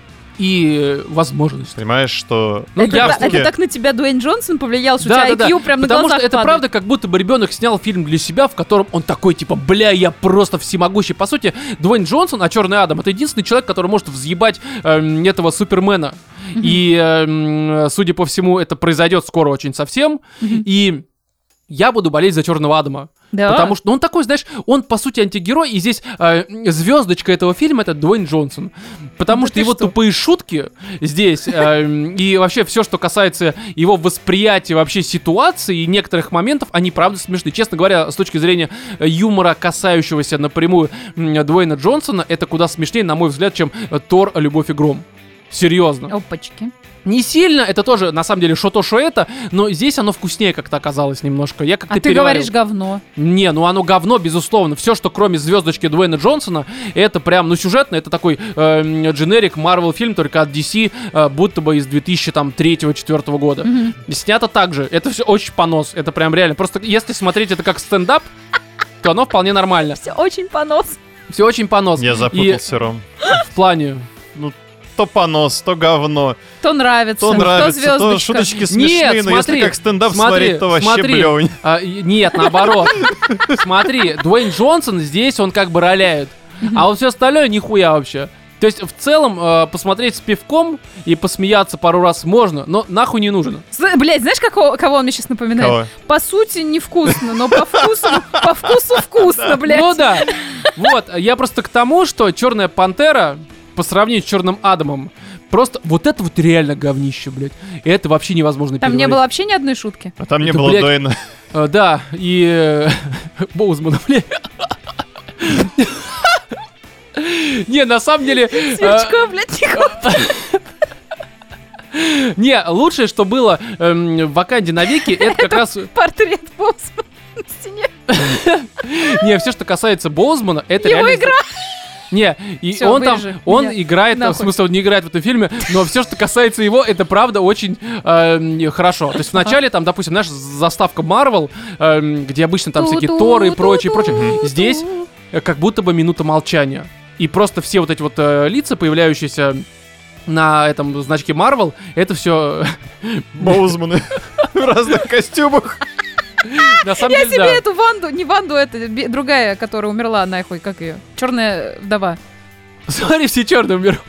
и возможности. Понимаешь, что... Ну, это, я, это так на тебя Дуэйн Джонсон повлиял, что да, у тебя да, ай кью да. прям на Потому глазах что это падает. правда, как будто бы ребенок снял фильм для себя, в котором он такой, типа, бля, я просто всемогущий. По сути, Дуэйн Джонсон, а Черный Адам, это единственный человек, который может взъебать э, этого Супермена. Mm-hmm. И, э, судя по всему, это произойдет скоро очень совсем. Mm-hmm. И я буду болеть за Черного Адама. Да. Потому что ну, он такой, знаешь, он по сути антигерой, и здесь э, звездочка этого фильма — это Дуэйн Джонсон. Потому да что его что? тупые шутки здесь, э, и вообще все, что касается его восприятия вообще ситуации и некоторых моментов, они правда смешны. Честно говоря, с точки зрения юмора, касающегося напрямую Дуэйна Джонсона, это куда смешнее, на мой взгляд, чем Тор: Любовь и гром. Серьезно. Опачки. Не сильно, это тоже, на самом деле, что то, что это, но здесь оно вкуснее как-то оказалось немножко. Я как-то а ты переварил. Говоришь говно. Не, ну оно говно, безусловно. Все, что кроме звездочки Дуэйна Джонсона, это прям, ну, сюжетно, это такой э, дженерик Marvel фильм, только от ди си, э, будто бы из две тысячи третьего-четвёртого года. Mm-hmm. Снято так же. Это все очень понос. Это прям реально. Просто если смотреть это как стендап, то оно вполне нормально. Все очень понос. Все очень понос. Я запутался, И... Ром. В плане... Ну, то понос, то говно. То нравится, то, нравится, то то шуточки смешные, нет, но смотри, если как стендап смотри, смотреть, то вообще смотри. блёвень. А, нет, наоборот. Смотри, Дуэйн Джонсон здесь, он как бы роляет, а вот все остальное нихуя вообще. То есть, в целом, э, посмотреть с пивком и посмеяться пару раз можно, но нахуй не нужно. С- блядь, знаешь, какого, кого он мне сейчас напоминает? Кого? По сути, невкусно, но по вкусу, по вкусу вкусно, блядь. Ну да. Вот, я просто к тому, что Черная Пантера, по сравнению с Черным Адамом, просто вот это вот реально говнище, блядь. И это вообще невозможно Там переварить. не было вообще ни одной шутки. А там не это, было блядь, Дуэйна. э, Да, и э, Боузмана, блядь. Не, на самом деле... Сверчко, блядь, тихо. Не, лучшее, что было эм, в Ваканде навеки, это как раз... Портрет Боузмана на стене. Не, все, что касается Боузмана, это Его реально... игра. Не, и Всё, он там, вырежи он меня играет, нахуй. в смысле, он не играет в этом фильме, но все, что касается его, это правда очень э, хорошо. То есть вначале там, допустим, знаешь, заставка Marvel, э, где обычно там всякие Торы и прочее, прочее. Здесь как будто бы минута молчания. И просто все вот эти вот э, лица, появляющиеся на этом значке Marvel, это все... Боузманы в разных костюмах. На самом Я деле, себе да. эту Ванду, не Ванду, это би- другая, которая умерла, нахуй, как ее? Черная вдова. Смотри, все черные умерли.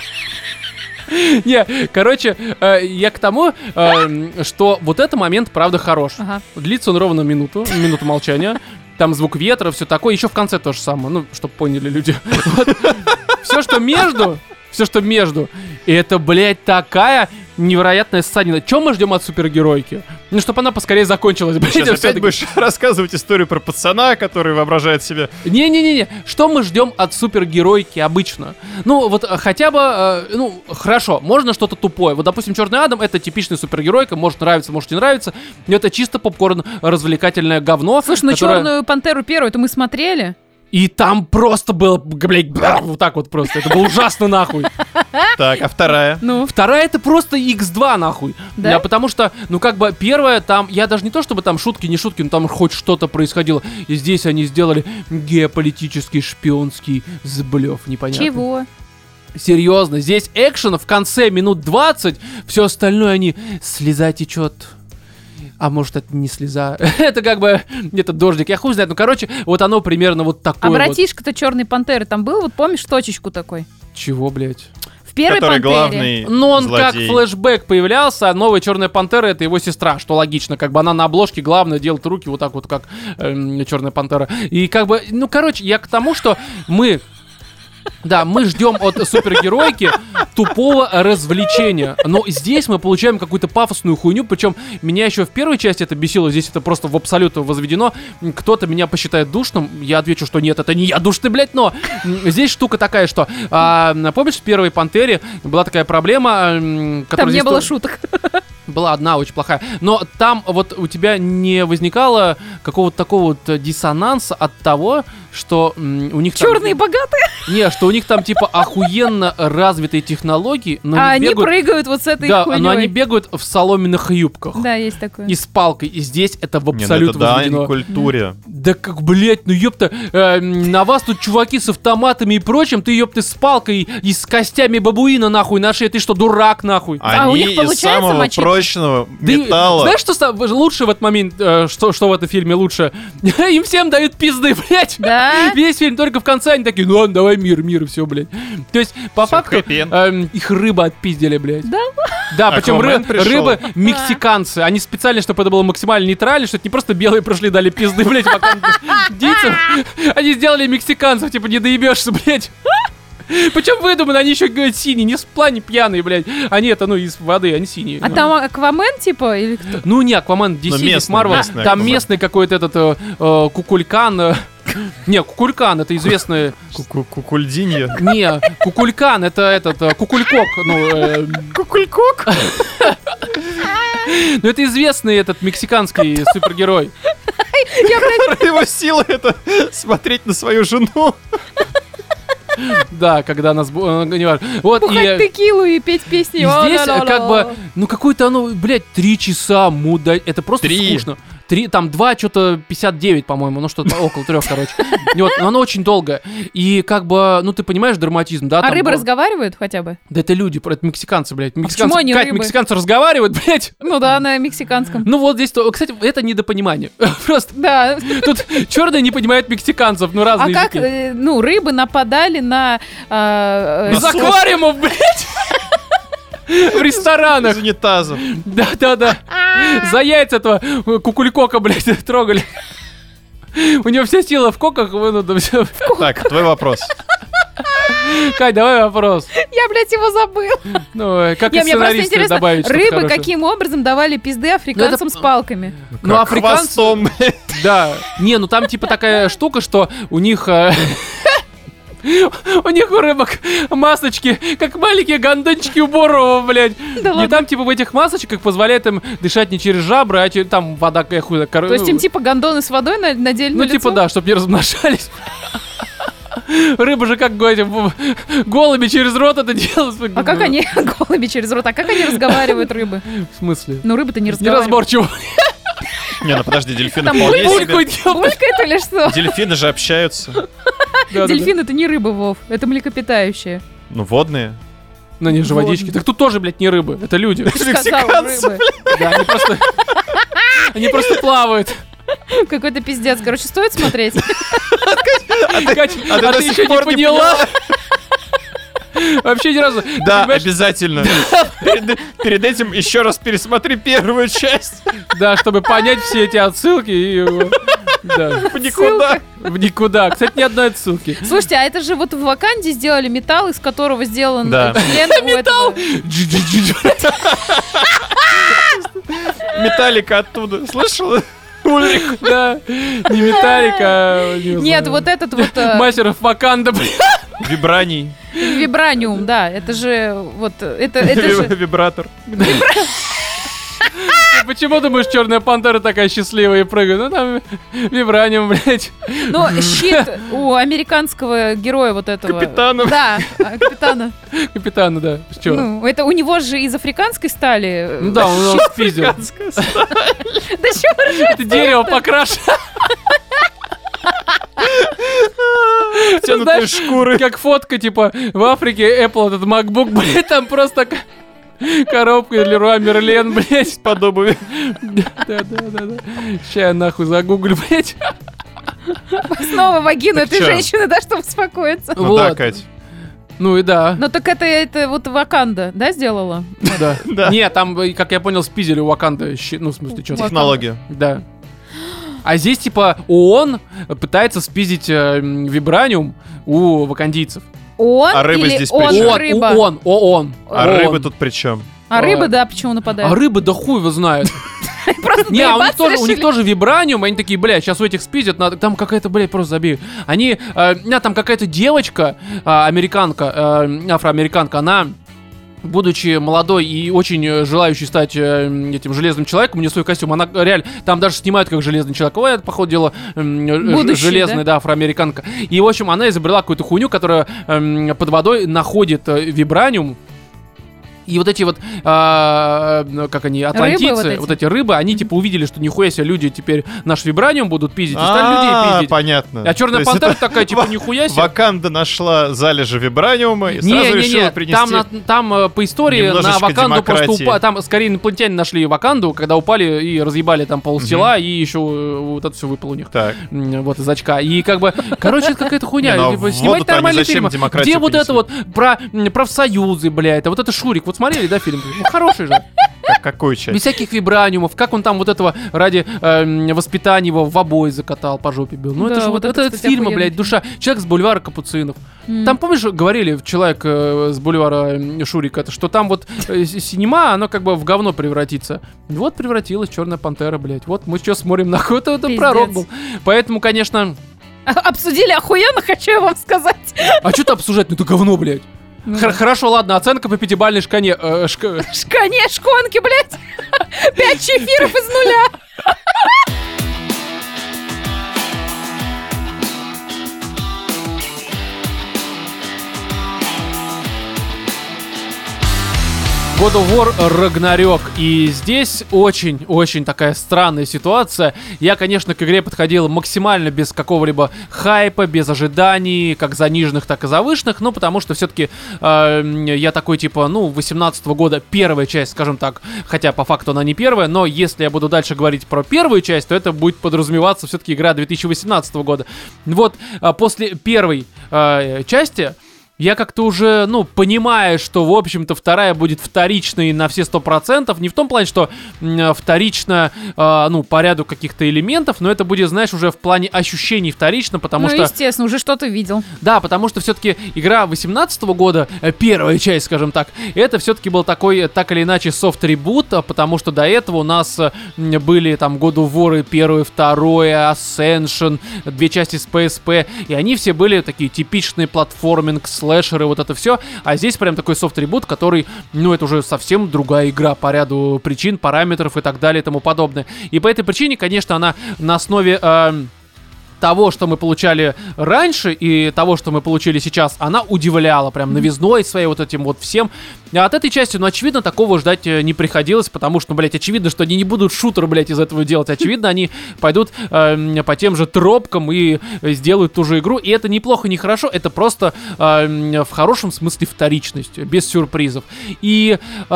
Не, короче, э, я к тому, э, что вот этот момент, правда, хорош. Ага. Длится он ровно минуту, минуту молчания. Там звук ветра, все такое. Еще в конце то же самое, ну, чтобы поняли люди. Вот. Все, что между, все, что между, это, блядь, такая невероятная ссанина. Чем мы ждем от супергеройки? Ну, чтобы она поскорее закончилась. Блядь, Сейчас опять все-таки. будешь рассказывать историю про пацана, который воображает себе... Не-не-не-не, что мы ждем от супергеройки обычно? Ну, вот э, хотя бы, э, ну, хорошо, можно что-то тупое. Вот, допустим, Черный Адам — это типичная супергеройка, может нравится, может не нравится, но это чисто попкорн, развлекательное говно. Слушай, ну которое... Черную Пантеру первую, это мы смотрели. И там просто было, блядь, вот так вот просто. Это было ужасно нахуй. Так, а вторая? Ну, Вторая — это просто икс два нахуй. Да? Да, потому что, ну как бы, первая там, я даже не то чтобы там шутки, не шутки, но там хоть что-то происходило. И здесь они сделали геополитический шпионский сблёв, непонятно. чего? Серьезно, здесь экшен в конце минут двадцать, все остальное они слеза течет. А может, это не слеза. Это как бы, это дождик, я хуй знает. Ну, короче, вот оно примерно вот такое. А братишка-то Черной Пантеры там был, вот помнишь точечку такой? Вот. Чего, блядь? В первой Который Пантере. главный Ну, он злодей. как флешбэк появлялся, а новая Черная Пантера — это его сестра, что логично. Как бы она на обложке главное делает руки вот так вот, как эм, Черная Пантера. И как бы, ну, короче, я к тому, что мы... Да, мы ждем от супергеройки тупого развлечения. Но здесь мы получаем какую-то пафосную хуйню. Причем меня еще в первой части это бесило. Здесь это просто в абсолют возведено. Кто-то меня посчитает душным. Я отвечу, что нет, это не я душный, блядь. Но здесь штука такая, что... А, помнишь, в первой Пантере была такая проблема, которая... Там не здесь было то... шуток. Была одна очень плохая. Но там вот у тебя не возникало какого-то такого вот диссонанса от того, что м, у них черные там... богатые? Не, что у них там типа охуенно развитые технологии, но а они бегают... прыгают вот с этой да, хуйней. но они бегают в соломенных юбках. Да, есть такое. И с палкой. И здесь это в абсолют Не, ну это возведено. да, культуре. Да как, блядь, ну ёпта, э, на вас тут чуваки с автоматами и прочим, ты ёпта с палкой и с костями бабуина нахуй на шее, ты что, дурак нахуй? Они а у них из самого мочить? прочного Да металла. И, знаешь, что ста- лучше в этот момент, э, что, что в этом фильме лучше? Им всем дают пизды, блядь. Да? Весь фильм, только в конце они такие, ну ладно, давай мир, мир, все, блядь. То есть, по Всё, факту, хэппи-энд. э, их рыба отпиздили, блядь. Да? Да, причем Аквамен ры- пришел. рыбы мексиканцы. Они специально, чтобы это было максимально нейтрально, что это не просто белые прошли, дали пизды, блядь, вакандийцам. Они сделали мексиканцев, типа, не доебешься, блядь. Причем выдуманы, они еще, говорят, синие, не в плане пьяные, блядь. Они это, ну, из воды, они синие. А ну. там Аквамен, типа, или кто? Ну, не, Аквамен ди си, Ну, местный, Marvel. местный Там Аквамен. местный какой-то этот э, э, Кукулькан. э, Не, Кукулькан, это известный... Ку- Кукульдинья. Не, Кукулькан, это этот, э, Кукулькок. Ну, э, Кукулькок? ну, это известный этот мексиканский супергерой. Его сила — это смотреть на свою жену. Да, когда нас... бу- э, не важно. Вот, Бухать и... текилу и петь песни. И здесь э, как бы, ну какой-то оно, блядь, три часа муда, это просто Три. скучно. Три, там два, что-то пятьдесят девять, по-моему, ну что-то около трех, короче. И вот, но оно очень долгое. И как бы, ну ты понимаешь драматизм, да? А там рыбы бо- разговаривают хотя бы? Да это люди, это мексиканцы, блядь. Мексиканцы, почему они Кать, рыбы? мексиканцы разговаривают, блядь. Ну да, на мексиканском. Ну вот здесь, то, кстати, это недопонимание. Просто Да. тут черные не понимают мексиканцев, ну А разные как, языки. э, ну, рыбы нападали на... э, Из аквариумов, блядь. В ресторанах. Из унитазов. Да-да-да. За яйца этого кукулькока, блядь, трогали. У него вся сила в коках. Ну, да, всё. Так, твой вопрос. Кать, давай вопрос. Я, блядь, его забыл. Ну, э, как Не, из мне просто сценариста интересно, добавить что-то рыбы хорошее? каким образом давали пизды африканцам Ну, это- с палками? Ну, Как африканцы... хвостом, блядь. Да. Не, ну там типа такая штука, что у них... э, У них у рыбок масочки, как маленькие гондончики у Борова, блядь. Да И ладно. там типа в этих масочках позволяет им дышать не через жабры, а через там вода какая хуйня. кор- То есть ну, им типа гондоны с водой на- надели Ну, на типа, лицо? да, чтобы не размножались. Рыбы же как говорят, голуби через рот это делают. А как они голуби через рот? А как они разговаривают, рыбы? В смысле? Ну, рыбы-то не разговаривают. Неразборчиво. Не, ну подожди, дельфины Там вполне себе. Булькают, ёпта. Булькает или что? Дельфины же общаются. Да-да-да. Дельфин это не рыбы, Вов, это млекопитающие. Ну, водные. Ну, они же Вот. водички. Так тут тоже, блядь, не рыбы, это люди. Ты же сказал, Мексиканцы, рыбы. Да, они просто... Они просто плавают. Какой-то пиздец. Короче, стоит смотреть? Кать, а ты а до ты сих еще не пор не поняла? Вообще ни разу. Да, Понимаешь? обязательно. Перед, перед этим еще раз пересмотри первую часть. Да, чтобы понять все эти отсылки и... э, Да. В никуда. В никуда. Кстати, ни одной отсылки. Слушайте, а это же вот в Ваканде сделали металл, из которого сделан Да. член у этого- Джи-джи-джи-джи. Металлика оттуда. Слышала? Ульрих. Да. Не Металлика, а... не Нет, знаю. вот этот вот э, Мастеров Ваканда, блин. Вибраний. вибраниум, да, это же вот это это Ви- же Вибратор. Почему думаешь, Черная Пантера такая счастливая и прыгает? Ну там вибраниум, блядь. ну щит у американского героя вот этого. Капитана. Да, а, капитана. Капитана, да. Чё? Ну, это у него же из африканской стали. Ну да, он он спиздил. Да чё вы Это дерево покрашено. Тянутые Знаешь, шкуры. как фотка, типа, в Африке Apple, этот MacBook, блядь, там просто к- коробка Леруа Мерлен, блядь. Под обуви. Да-да-да-да. Ща я нахуй загуглю, блядь. снова вагину Так этой чё? женщины, да, чтобы успокоиться? Ну да, Вот. Кать. Ну и да. Ну так это, это вот Ваканда, да, сделала? Да. Да. Не, там, э, как я понял, спиздили у Ваканда, щи- ну, в смысле, что-то. Технология. Да. А здесь, типа, ООН пытается спиздить э, м, вибраниум у вакандийцев. Он А рыба или здесь он при чём? рыба? ООН, ООН. А ООН. рыбы тут при чем? А рыбы, да, почему А нападают? рыбы да хуй его знает. Просто Не, а у них, доебаться тоже, у них решили. тоже вибраниум, они такие, бля, сейчас у этих спиздят, надо, там какая-то, блядь, просто забей. Они, э, у меня там какая-то девочка, э, американка, э, афроамериканка, она будучи молодой и очень желающий стать э, этим железным человеком, у нее свой костюм, она реально, там даже снимают как железный человек, ой, это, походу дела, э, Будущий, железный, да? да, афроамериканка. И, в общем, она изобрела какую-то хуйню, которая э, под водой находит э, вибраниум. И вот эти вот, а, как они, атлантийцы, вот эти. вот эти рыбы, они типа увидели, что нихуя себе люди теперь наш вибраниум будут пиздить, и стали людей пиздить. Понятно. А Черная пантера такая, типа, нихуя себе. Ваканда нашла залежи вибраниума и сразу решила принести. Там, там по истории на Ваканду просто упали, там скорее инопланетяне нашли Ваканду, когда упали и разъебали там полсела, и еще вот это все выпало у них. Так. Вот из очка. И как бы, короче, это какая-то хуйня. Снимать нормальные фильмы. Где вот это вот про профсоюзы, блядь, вот это Шурик, вот смотрели, да, фильм? Ну, хороший же. Как, какую часть? Без всяких вибраниумов. Как он там вот этого ради э, воспитания его в обои закатал, по жопе бил. Ну, да, это же вот, вот это, это фильм, блядь, душа. Человек с бульвара Капуцинов. Mm. Там, помнишь, говорили, человек э, с бульвара э, Шурика, что там вот э, синема, оно как бы в говно превратится. Вот превратилась Черная пантера, блядь. Вот мы что смотрим, нахуй, это, это пророк был. Поэтому, конечно... Обсудили охуенно, хочу я вам сказать. А что-то обсуждать? Ну это говно, блядь. Ну, Х- да. Хорошо, ладно, оценка по пятибалльной шкане. Э, шка... Шкане, шконки, блядь. Пять чефиров из нуля. God of War Ragnarok. И здесь очень-очень такая странная ситуация. Я, конечно, к игре подходил максимально без какого-либо хайпа, без ожиданий, как заниженных, так и завышенных, ну, потому что все-таки э, я такой, типа, ну, восемнадцатого года первая часть, скажем так, хотя по факту она не первая, но если я буду дальше говорить про первую часть, то это будет подразумеваться все-таки игра две тысячи восемнадцатого года. Вот, э, после первой э, части... Я как-то уже, ну, понимаю, что, в общем-то, вторая будет вторичной на все сто процентов. Не в том плане, что м, вторично, э, ну, по ряду каких-то элементов, но это будет, знаешь, уже в плане ощущений вторично, потому ну, что... Ну, естественно, уже что-то видел. Да, потому что все-таки игра восемнадцатого года, э, первая часть, скажем так, это все-таки был такой, так или иначе, софт-ребут, потому что до этого у нас э, были там God of War первый, второй, Ascension, две части с пи эс пи, и они все были такие типичные платформинг, слэшеры, вот это все, а здесь прям такой софт-ребут, который, ну, это уже совсем другая игра по ряду причин, параметров и так далее и тому подобное. И по этой причине, конечно, она на основе... Э, того, что мы получали раньше и того, что мы получили сейчас, она удивляла прям новизной своей вот этим вот всем. А от этой части, ну, очевидно, такого ждать не приходилось, потому что, ну, блядь, очевидно, что они не будут шутер, блядь, из этого делать. Очевидно, они пойдут э, по тем же тропкам и сделают ту же игру. И это неплохо, не хорошо, это просто э, в хорошем смысле вторичность, без сюрпризов. И,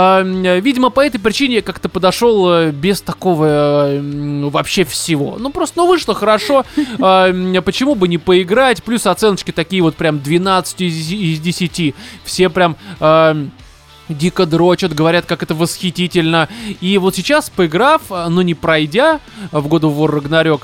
э, видимо, по этой причине я как-то подошел без такого э, вообще всего. Ну, просто, ну, вышло хорошо. Почему бы не поиграть? Плюс оценочки такие вот прям двенадцать из десяти. Все прям... Э, дико дрочат, говорят, как это восхитительно. И вот сейчас, поиграв, но не пройдя в God of War Ragnarok,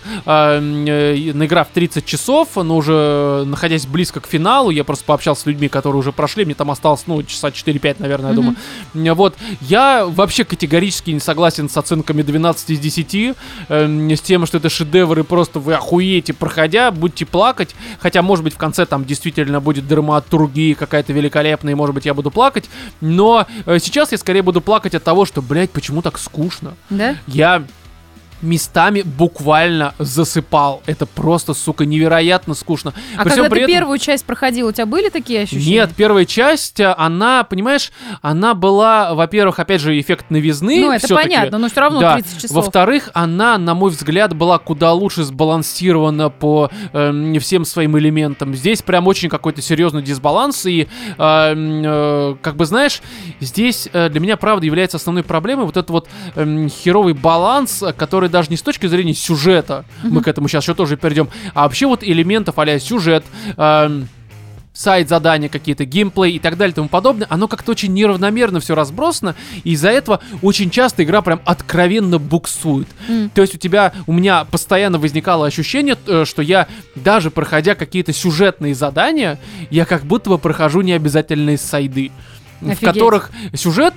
э, наиграв тридцать часов, но уже находясь близко к финалу, я просто пообщался с людьми, которые уже прошли, мне там осталось, ну, часа четыре-пять, наверное, mm-hmm. я думаю. Вот, я вообще категорически не согласен с оценками двенадцать из десяти, э, с тем, что это шедевры, просто вы охуеете, проходя, будете плакать, хотя, может быть, в конце там действительно будет драматургия какая-то великолепная, и, может быть, я буду плакать, но Но сейчас я скорее буду плакать от того, что, блядь, почему так скучно? Да? Я местами буквально засыпал. Это просто, сука, невероятно скучно. А При когда ты этом... первую часть проходил, у тебя были такие ощущения? Нет, первая часть, она, понимаешь, она была, во-первых, опять же, эффект новизны. Ну, это все-таки. понятно, но все равно да. тридцать часов. Во-вторых, она, на мой взгляд, была куда лучше сбалансирована по э, всем своим элементам. Здесь прям очень какой-то серьезный дисбаланс. И, э, э, как бы, знаешь, здесь э, для меня, правда, является основной проблемой вот этот вот э, херовый баланс, который даже не с точки зрения сюжета, mm-hmm. мы к этому сейчас еще тоже перейдем, а вообще вот элементов а-ля сюжет, э, сайт-задания какие-то, геймплей и так далее и тому подобное, оно как-то очень неравномерно все разбросано, и из-за этого очень часто игра прям откровенно буксует. Mm. То есть у тебя, у меня постоянно возникало ощущение, что я, даже проходя какие-то сюжетные задания, я как будто бы прохожу необязательные сайды. Офигеть. в которых сюжет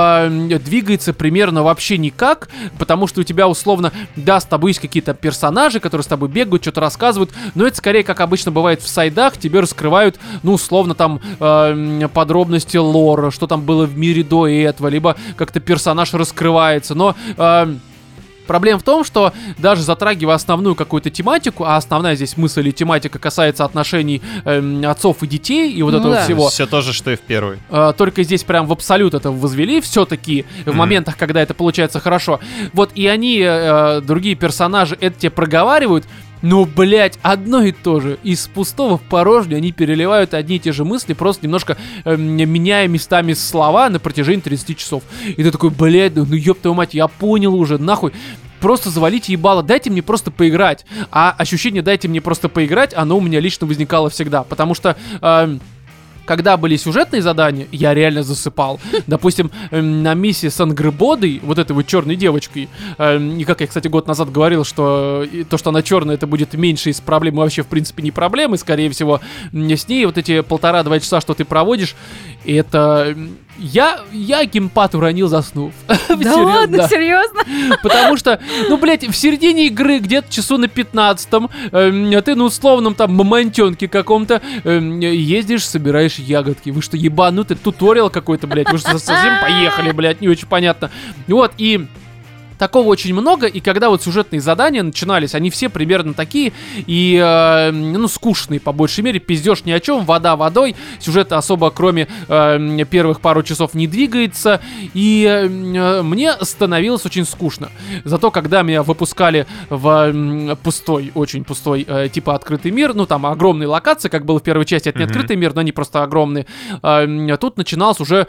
э, двигается примерно вообще никак, потому что у тебя условно, да, с тобой есть какие-то персонажи, которые с тобой бегают, что-то рассказывают, но это скорее, как обычно бывает в сайдах, тебе раскрывают, ну, условно, там э, подробности лора, что там было в мире до этого, либо как-то персонаж раскрывается, но... Э, Проблема в том, что даже затрагивая основную какую-то тематику, а основная здесь мысль и тематика касается отношений э, отцов и детей и вот ну этого да. всего. Все то же, что и в первой. Э, только здесь прям в абсолют это возвели все-таки mm-hmm. в моментах, когда это получается хорошо. Вот и они, э, другие персонажи, это тебе проговаривают. Ну, блять, одно и то же. Из пустого в порожнее они переливают одни и те же мысли, просто немножко э, меняя местами слова на протяжении тридцати часов. И ты такой, блять, ну ёб твою мать, я понял уже, нахуй. Просто завалите ебало, дайте мне просто поиграть. А ощущение «дайте мне просто поиграть», оно у меня лично возникало всегда. Потому что... Э, Когда были сюжетные задания, я реально засыпал. Допустим, на миссии с Ангребодой, вот этой вот черной девочкой, и как я, кстати, год назад говорил, что то, что она черная, это будет меньше из проблем, вообще, в принципе, не проблемы, скорее всего, с ней вот эти полтора-два часа, что ты проводишь, это... Я, я геймпад уронил, заснув. Да ладно, серьезно? Потому что, ну, блядь, в середине игры, где-то часу на пятнадцатом, э, ты на условном там мамонтенке каком-то э, ездишь, собираешь ягодки. Вы что, ебанутый? Туториал какой-то, блядь? Вы что, совсем поехали, блядь? Не очень понятно. Вот, и... Такого очень много, и когда вот сюжетные задания начинались, они все примерно такие, и, э, ну, скучные, по большей мере, пиздешь ни о чем, вода водой, сюжет особо, кроме э, первых пару часов, не двигается, и э, мне становилось очень скучно. Зато, когда меня выпускали в э, пустой, очень пустой, э, типа открытый мир, ну, там огромные локации, как было в первой части, это не mm-hmm. открытый мир, но они просто огромные, э, тут начиналась уже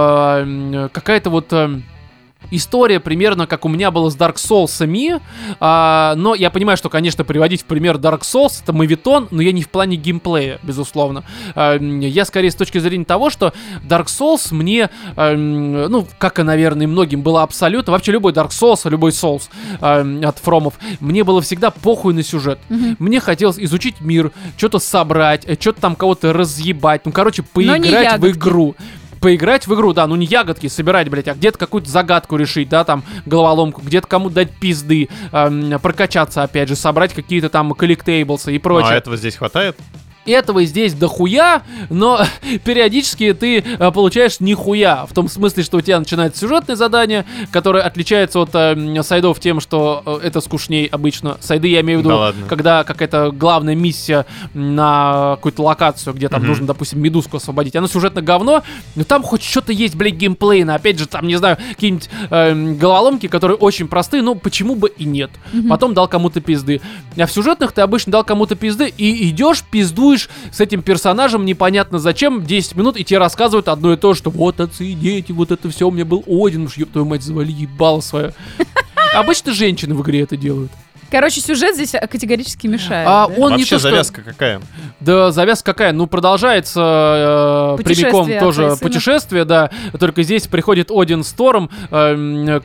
э, какая-то вот... Э, история примерно как у меня было с Dark Souls'ами, а, но я понимаю, что, конечно, приводить в пример Dark Souls это моветон, но я не в плане геймплея, безусловно. А, я скорее с точки зрения того, что Dark Souls мне, а, ну, как и, наверное, многим было абсолютно, вообще любой Dark Souls, любой Souls а, от Фромов, мне было всегда похуй на сюжет. Mm-hmm. Мне хотелось изучить мир, что-то собрать, что-то там кого-то разъебать, ну, короче, поиграть в игру. Поиграть в игру, да, ну не ягодки собирать, блять, а где-то какую-то загадку решить, да, там, головоломку, где-то кому-то дать пизды, эм, прокачаться, опять же, собрать какие-то там коллектейблсы и прочее. Ну, а этого здесь хватает? Этого здесь дохуя, но периодически ты а, получаешь нихуя. В том смысле, что у тебя начинается сюжетное задание, которое отличается от а, сайдов тем, что а, это скучнее обычно. Сайды я имею в виду, да когда какая-то главная миссия на какую-то локацию, где там mm-hmm. нужно, допустим, медузку освободить. Оно сюжетно говно, но там хоть что-то есть, блядь, геймплейно. Опять же, там, не знаю, какие-нибудь э, головоломки, которые очень простые, но почему бы и нет. Mm-hmm. Потом дал кому-то пизды. А в сюжетных ты обычно дал кому-то пизды и идешь, пиздуешь с этим персонажем непонятно зачем, десять минут, и тебе рассказывают одно и то, что вот отцы и дети, вот это все, у меня был Один, уж ёб твою мать, завали ебало свое. Обычно женщины в игре это делают. Короче, сюжет здесь категорически мешает. А да? он Вообще не то, завязка что... какая? Да, завязка какая? Ну, продолжается э, прямиком тоже путешествие, да. Только здесь приходит Один с Тором э,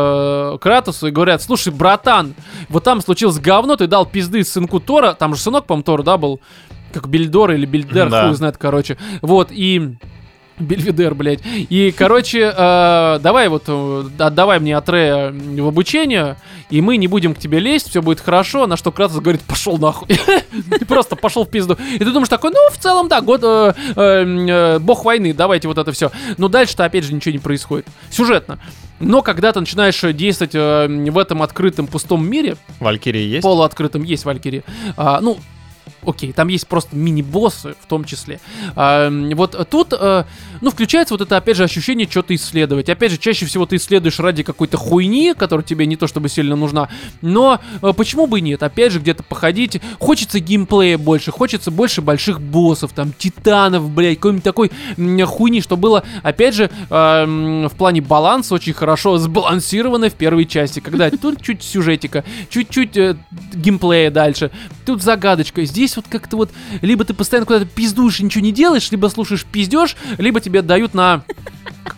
к Кратосу и говорят: слушай, братан, вот там случилось говно, ты дал пизды сынку Тора, там же сынок, по-моему, Тора, да, был? Как Бельдор или Бельдер, да. Хуй знает, короче. Вот, и... Бельведер, блядь. И, короче, э, давай вот, отдавай мне Атрея в обучение, и мы не будем к тебе лезть, все будет хорошо. На что Кратос говорит: пошел нахуй. Ты просто пошел в пизду. И ты думаешь такой: ну, в целом, да, год, э, э, бог войны, давайте вот это все. Но дальше-то, опять же, ничего не происходит. Сюжетно. Но когда ты начинаешь действовать э, в этом открытом пустом мире... Валькирия есть? Полуоткрытом есть Валькирия. А, ну... Окей, там есть просто мини-боссы в том числе. А, вот тут, а, ну, включается вот это, опять же, ощущение что-то исследовать. Опять же, чаще всего ты исследуешь ради какой-то хуйни, которая тебе не то чтобы сильно нужна. Но а, почему бы и нет? Опять же, где-то походить. Хочется геймплея больше, хочется больше больших боссов, там, титанов, блядь, какой-нибудь такой м- хуйни, что было, опять же, а, м- в плане баланса очень хорошо сбалансировано в первой части. Когда тут чуть сюжетика, чуть-чуть э, геймплея дальше, тут загадочка. Здесь вот как-то вот, либо ты постоянно куда-то пиздуешь и ничего не делаешь, либо слушаешь пиздеж, либо тебе дают на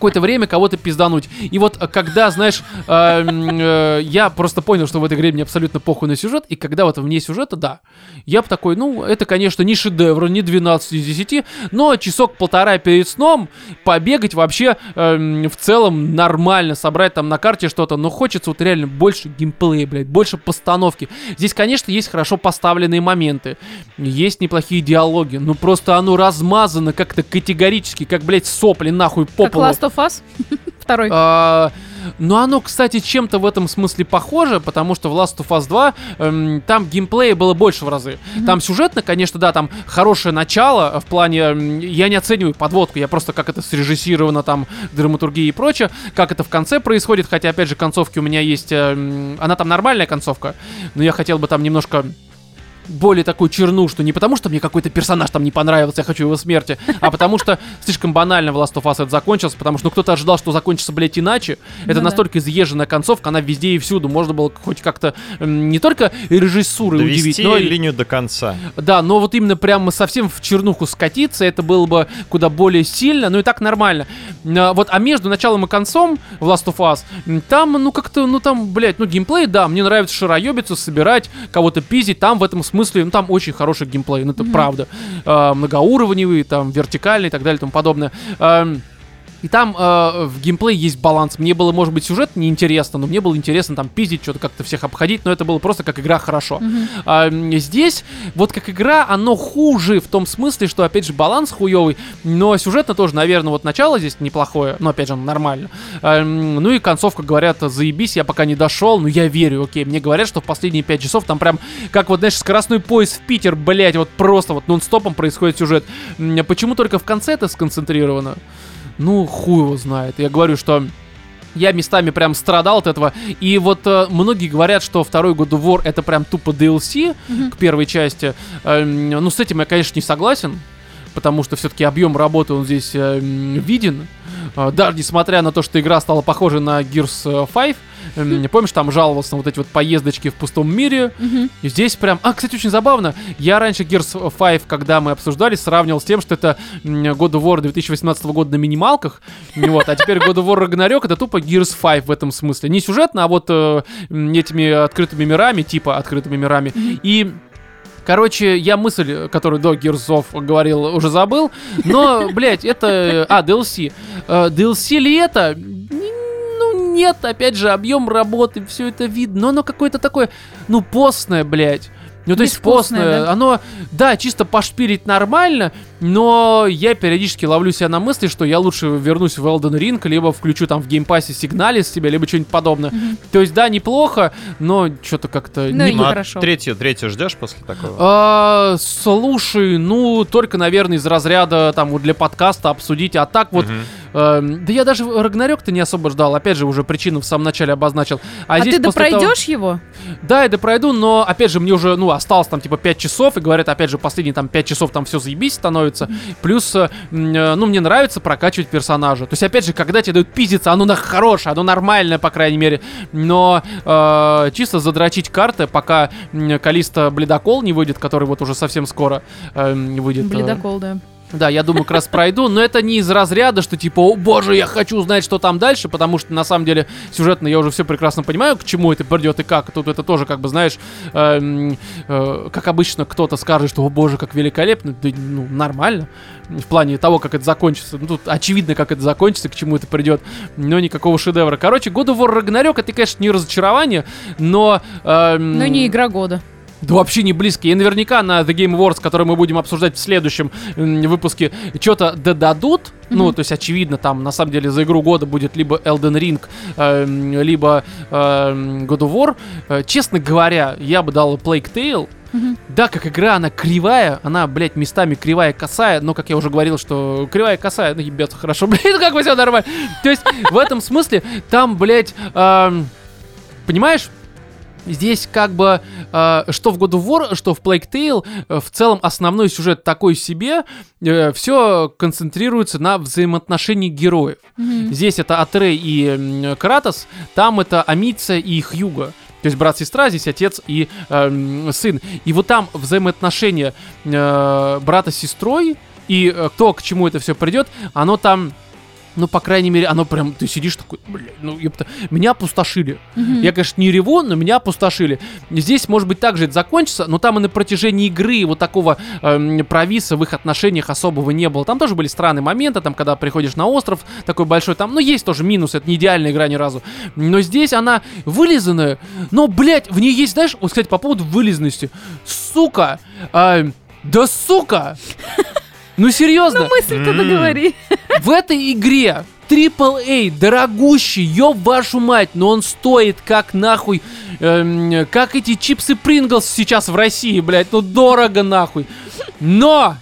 какое-то время кого-то пиздануть. И вот когда, знаешь, э, э, я просто понял, что в этой игре мне абсолютно похуй на сюжет, и когда вот вне сюжета, да, я бы такой, ну, это, конечно, не шедевр, не двенадцать из десяти, но часок-полтора перед сном побегать вообще э, в целом нормально, собрать там на карте что-то, но хочется вот реально больше геймплея, блядь, больше постановки. Здесь, конечно, есть хорошо поставленные моменты, есть неплохие диалоги, но просто оно размазано как-то категорически, как, блядь, сопли нахуй по полу. Как Last of Us? Второй. А, но оно, кстати, чем-то в этом смысле похоже, потому что в Last of Us два эм, там геймплея было больше в разы. Mm-hmm. Там сюжетно, конечно, да, там хорошее начало в плане... Эм, я не оцениваю подводку, я просто как это срежиссировано, там, драматургия и прочее, как это в конце происходит, хотя, опять же, концовки у меня есть... Эм, она там нормальная концовка, но я хотел бы там немножко... более такую чернушку, не потому что мне какой-то персонаж там не понравился, я хочу его смерти, а потому что слишком банально в Last of Us это закончилось, потому что ну кто-то ожидал, что закончится, блядь, иначе. Это ну, настолько да. изъезженная концовка, она везде и всюду. Можно было хоть как-то м, не только режиссурой довести удивить, но и линию до конца. Да, но вот именно прямо совсем в чернуху скатиться, это было бы куда более сильно, ну и так нормально. А, вот, а между началом и концом в Last of Us, там, ну как-то, ну там, блядь, ну геймплей, да, мне нравится шароебиться, собирать, кого-то пиздить, там в этом смысле смысле, ну там очень хороший геймплей, ну это mm-hmm. правда. Э, многоуровневый, там вертикальный и так далее и тому подобное. Э, И там э, в геймплее есть баланс. Мне было, может быть, сюжет неинтересно, но мне было интересно там пиздить, что-то как-то всех обходить, но это было просто как игра хорошо. Mm-hmm. А, здесь вот как игра, оно хуже в том смысле, что, опять же, баланс хуёвый, но сюжетно тоже, наверное, вот начало здесь неплохое, но, опять же, нормально. А, ну и концовка, говорят, заебись, я пока не дошел, но я верю, окей. Мне говорят, что в последние пять часов там прям, как вот, знаешь, скоростной поезд в Питер, блять, вот просто вот нон-стопом происходит сюжет. Почему только в конце это сконцентрировано? Ну, хуй его знает. Я говорю, что я местами прям страдал от этого. И вот э, многие говорят, что второй God of War это прям тупо ди эл си mm-hmm. к первой части. Э, ну, с этим я, конечно, не согласен. Потому что все-таки объем работы он здесь э, виден. Э, даже несмотря на то, что игра стала похожа на Gears пять. Э, mm-hmm. Помнишь, там жаловался на вот эти вот поездочки в пустом мире. Mm-hmm. И здесь прям... А, кстати, очень забавно. Я раньше Gears пять, когда мы обсуждали, сравнивал с тем, что это God of War две тысячи восемнадцатого года на минималках. Вот. А теперь God of War Ragnarok это тупо Gears пять в этом смысле. Не сюжетно, а вот э, этими открытыми мирами, типа открытыми мирами. Mm-hmm. И... Короче, я мысль, которую до Gears of говорил, уже забыл. Но, блядь, это... А, ди эл си. ди эл си ли это? Ну, нет, опять же, объем работы, все это видно. Но оно какое-то такое, ну, постное, блядь. Ну, то есть постное, да? Оно, да, чисто пошпилить нормально, но я периодически ловлю себя на мысли, что я лучше вернусь в Elden Ring, либо включу там в геймпассе Сигналис себе, либо что-нибудь подобное. Mm-hmm. То есть, да, неплохо, но что-то как-то... Ну, не... ну а третью, третью ждешь после такого? А, слушай, ну, только, наверное, из разряда там вот для подкаста обсудить, а так вот... Mm-hmm. А, да я даже Рагнарёк-то не особо ждал, опять же, уже причину в самом начале обозначил. А, а здесь ты допройдешь того... его? Да, я допройду, но, опять же, мне уже, ну, осталось там типа пять часов, и говорят, опять же, последние там пять часов там все заебись становится. Плюс, э, ну, мне нравится прокачивать персонажа. То есть, опять же, когда тебе дают пиздиться, оно хорошее, оно нормальное, по крайней мере. Но э, чисто задрочить карты, пока Калиста Бледокол не выйдет, который вот уже совсем скоро э, выйдет. Бледокол, да. Да, я думаю, как раз пройду, но это не из разряда, что типа, о боже, я хочу узнать, что там дальше, потому что на самом деле сюжетно я уже все прекрасно понимаю, к чему это придет и как. Тут это тоже, как бы, знаешь, э, э, как обычно кто-то скажет, что, о боже, как великолепно, да, ну, нормально, в плане того, как это закончится. Ну, тут очевидно, как это закончится, к чему это придет, но никакого шедевра. Короче, God of War Ragnarok это, конечно, не разочарование, но... Э, но не игра года. Да вообще не близко. И наверняка на The Game Awards, который мы будем обсуждать в следующем м, выпуске, что-то додадут. Mm-hmm. Ну, то есть, очевидно, там, на самом деле, за игру года будет либо Elden Ring, э, либо э, God of War. Э, честно говоря, я бы дал Plague Tale. Mm-hmm. Да, как игра, она кривая, она, блядь, местами кривая, косая, но, как я уже говорил, что кривая, косая, ну, ебет, хорошо, блядь, ну как бы все нормально. То есть, в этом смысле, там, блядь, э, понимаешь, здесь как бы, э, что в God of War, что в Plague Tale, э, в целом основной сюжет такой себе, э, все концентрируется на взаимоотношении героев. Mm-hmm. Здесь это Атрей и э, Кратос, там это Амиция и Хьюго. То есть брат-сестра, здесь отец и э, сын. И вот там взаимоотношения э, брата с сестрой и э, то, к чему это все придет, оно там... ну, по крайней мере, оно прям, ты сидишь такой, блядь, ну, ёпта, меня опустошили. Mm-hmm. Я, конечно, не реву, но меня опустошили. Здесь, может быть, также это закончится, но там и на протяжении игры вот такого э, провиса в их отношениях особого не было. Там тоже были странные моменты, там, когда приходишь на остров такой большой, там, ну, есть тоже минус, это не идеальная игра ни разу. Но здесь она вылизанная, но, блядь, в ней есть, знаешь, вот, кстати, по поводу вылизанности. Сука! Э, да сука! Ну, серьезно. Ну, мысль-то договори. В этой игре трипл эй, дорогущий, ёб вашу мать, но он стоит как нахуй, эм, как эти чипсы Принглс сейчас в России, блядь, ну дорого нахуй. Но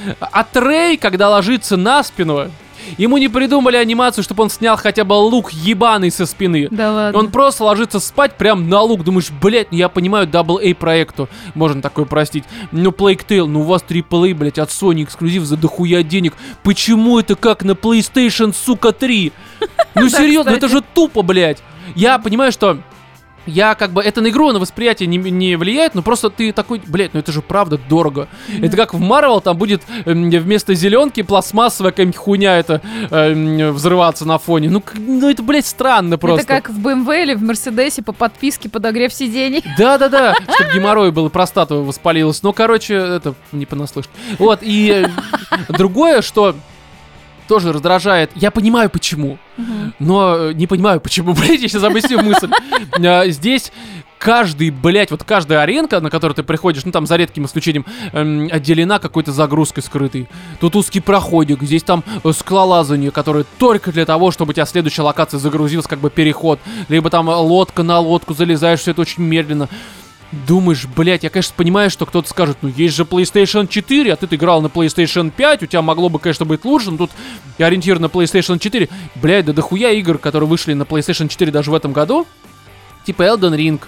Атрей, когда ложится на спину, ему не придумали анимацию, чтобы он снял хотя бы лук ебаный со спины. Да ладно. Он просто ложится спать прям на лук. Думаешь, блядь, ну я понимаю, дабл эй проекту можно такое простить. Но Plague Tale, ну у вас трипл эй, блядь, от Sony эксклюзив за дохуя денег. Почему это как на PlayStation, сука, три? Ну серьезно, это же тупо, блядь. Я понимаю, что... Я как бы, это на игру, на восприятие не, не влияет, но просто ты такой, блядь, ну это же правда дорого. Mm-hmm. Это как в Marvel, там будет э, вместо зеленки пластмассовая какая-нибудь хуйня это э, взрываться на фоне. Ну, ну это, блядь, странно просто. Это как в бэ эм вэ или в Мерседесе по подписке подогрев сидений. Да-да-да, чтобы геморрой был и простата воспалилась. Ну, короче, это не понаслышке. Вот, и другое, что... тоже раздражает. Я понимаю, почему. Uh-huh. Но не понимаю, почему. Блядь, я сейчас объясню мысль. Здесь каждый, блядь, вот каждая аренка, на которую ты приходишь, ну там за редким исключением, эм, отделена какой-то загрузкой скрытой. Тут узкий проходик, здесь там скалолазание, которое только для того, чтобы у тебя следующая локация загрузилась, как бы переход. Либо там лодка на лодку залезаешь, все это очень медленно. Думаешь, блять, я, конечно, понимаю, что кто-то скажет, ну, есть же PlayStation четыре, а ты играл на PlayStation пять, у тебя могло бы, конечно, быть лучше, но тут я ориентир на PlayStation четыре. Блять, да дохуя игр, которые вышли на PlayStation четыре даже в этом году, типа Elden Ring,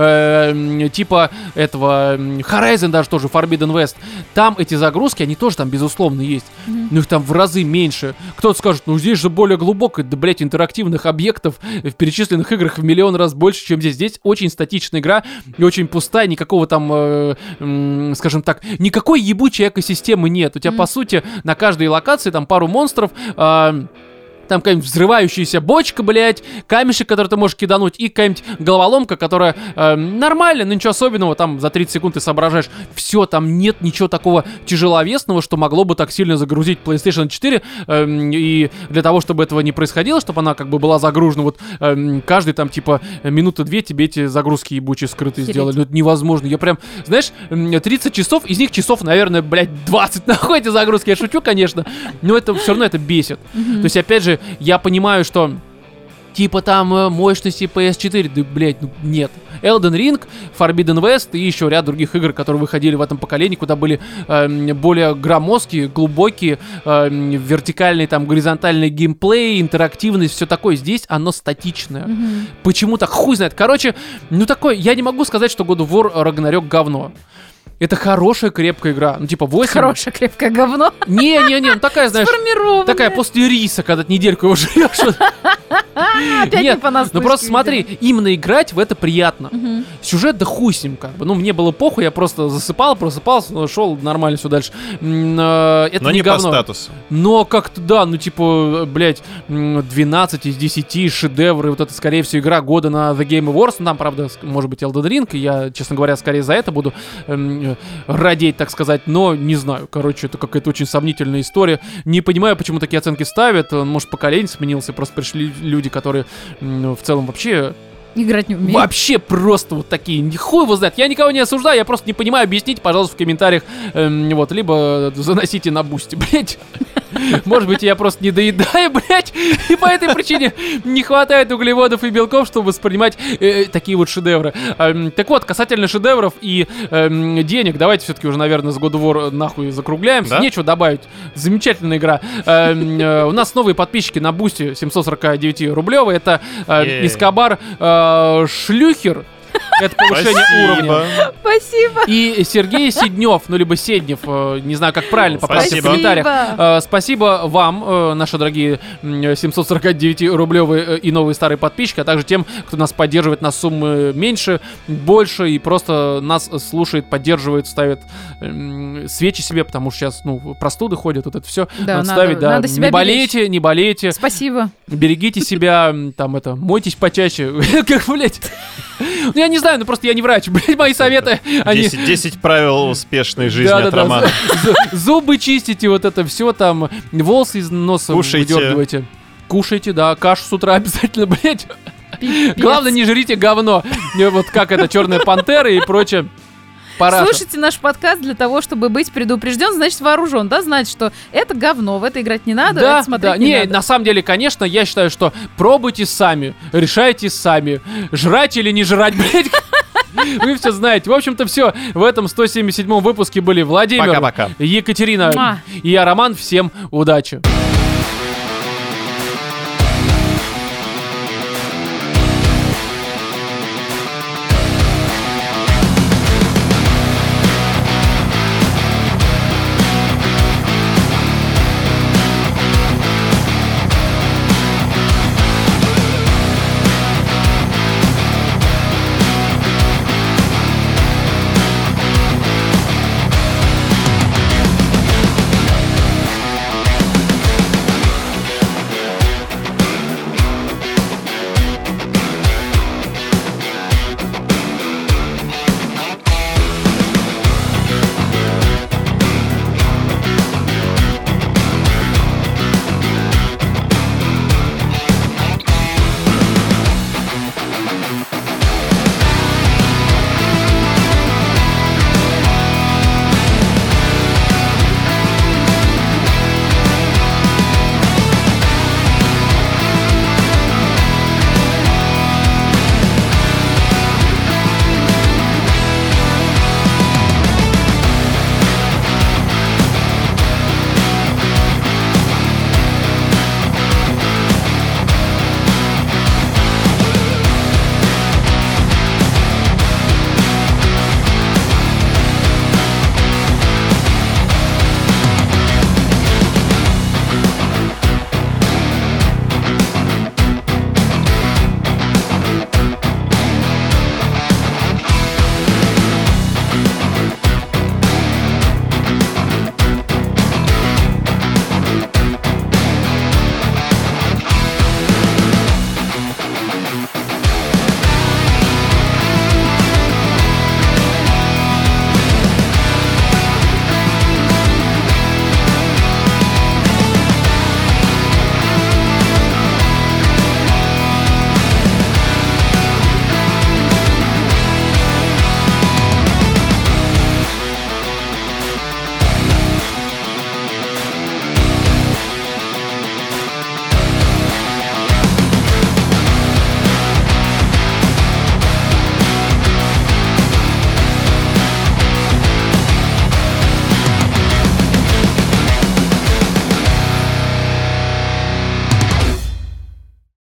э, типа этого Horizon даже тоже, Forbidden West. Там эти загрузки, они тоже там, безусловно, есть. Mm-hmm. Но их там в разы меньше. Кто-то скажет, ну здесь же более глубоко, да, блять, интерактивных объектов в перечисленных играх в миллион раз больше, чем здесь. Здесь очень статичная игра и очень пустая, никакого там, э, э, скажем так, никакой ебучей экосистемы нет. У тебя, mm-hmm. по сути, на каждой локации там пару монстров, э, там какая-нибудь взрывающаяся бочка, блядь, камешек, который ты можешь кидануть, и какая-нибудь головоломка, которая э, нормальная, но ничего особенного, там за тридцать секунд ты соображаешь. Все, там нет ничего такого тяжеловесного, что могло бы так сильно загрузить PlayStation четыре, э, и для того, чтобы этого не происходило, чтобы она как бы была загружена, вот э, каждый там типа минуты две тебе эти загрузки ебучие скрытые Хереть. сделали. Ну это невозможно. Я прям, знаешь, тридцать часов, из них часов, наверное, блядь, двадцать нахуй эти загрузки. Я шучу, конечно, но это все равно это бесит. Mm-hmm. То есть, опять же, я понимаю, что типа там э, мощности пи эс четыре, да, блять, ну нет. Elden Ring, Forbidden West и еще ряд других игр, которые выходили в этом поколении, куда были э, более громоздкие, глубокие, э, вертикальный, там, горизонтальный геймплей, интерактивность, все такое. Здесь оно статичное. Mm-hmm. Почему так? Хуй знает. Короче, ну такой, я не могу сказать, что God of War Ragnarok говно. Это хорошая, крепкая игра. Ну, типа, восемь... Хорошее, крепкое говно. Не-не-не, ну такая, знаешь... Такая после риса, когда ты недельку его жрешь. Опять Нет, не по ну просто смотри, именно играть в это приятно. Угу. Сюжет да хуй с ним, как бы. Ну, мне было похуй, я просто засыпал, просыпался, но шел нормально все дальше. Это но не, не говно. по статусу. Но как-то, да, ну типа, блядь, двенадцать из десяти шедевры. Вот это, скорее всего, игра года на The Game Awards. Ну, там, правда, может быть, Elden Ring, и я, честно говоря, скорее за это буду эм, радеть, так сказать. Но не знаю, короче, это какая-то очень сомнительная история. Не понимаю, почему такие оценки ставят. Может, поколение сменился, просто пришли люди, которые ну, в целом вообще... Играть не умеют. Вообще просто вот такие, нихуй его знает. Я никого не осуждаю, я просто не понимаю. Объясните, пожалуйста, в комментариях. Эм, вот, либо заносите на бусти, блять. Может быть, я просто не доедаю, блять, и по этой причине не хватает углеводов и белков, чтобы воспринимать э, такие вот шедевры. Эм, так вот, касательно шедевров и эм, денег, давайте все-таки уже, наверное, с God of War нахуй закругляемся. Да? Нечего добавить. Замечательная игра. Эм, э, у нас новые подписчики на бусте семьсот сорок девять рублевые. Это э, Искабар э, Шлюхер. Это повышение Спасибо. уровня. Спасибо. И Сергей Сиднев, ну либо Седнев, э, не знаю, как правильно, поправьте в Спасибо. комментариях. Э, Спасибо вам, э, наши дорогие м, семьсот сорок девять рублевые э, и новые старые подписчики, а также тем, кто нас поддерживает на суммы меньше, больше и просто нас слушает, поддерживает, ставит м, свечи себе, потому что сейчас, ну, простуды ходят, вот это все Да, надо надо- ставить, да. надо себя Не болейте, не болейте, Спасибо. берегите себя, м, там это, мойтесь почаще, как, блядь. Ну, я не знаю, ну просто я не врач, блядь, мои советы, они... десять, десять правил успешной жизни от Да-да-да, Романа. з- зубы чистите, вот это все там, волосы из носа Кушайте. выдергивайте. Кушайте, да, кашу с утра обязательно, блядь. Пипец. Главное, не жрите говно. Не, Вот как это, черная пантера и прочее. Параша. Слушайте наш подкаст для того, чтобы быть предупрежден, значит вооружен, да, знать, что это говно, в это играть не надо, Да, это смотреть да, не, не, надо. на самом деле, конечно, я считаю, что пробуйте сами, решайте сами, жрать или не жрать, блядь. Вы все знаете. В общем-то, все. В этом сто семьдесят седьмом выпуске были Владимир, Пока-пока. Екатерина Муа. и я, Роман. Всем удачи.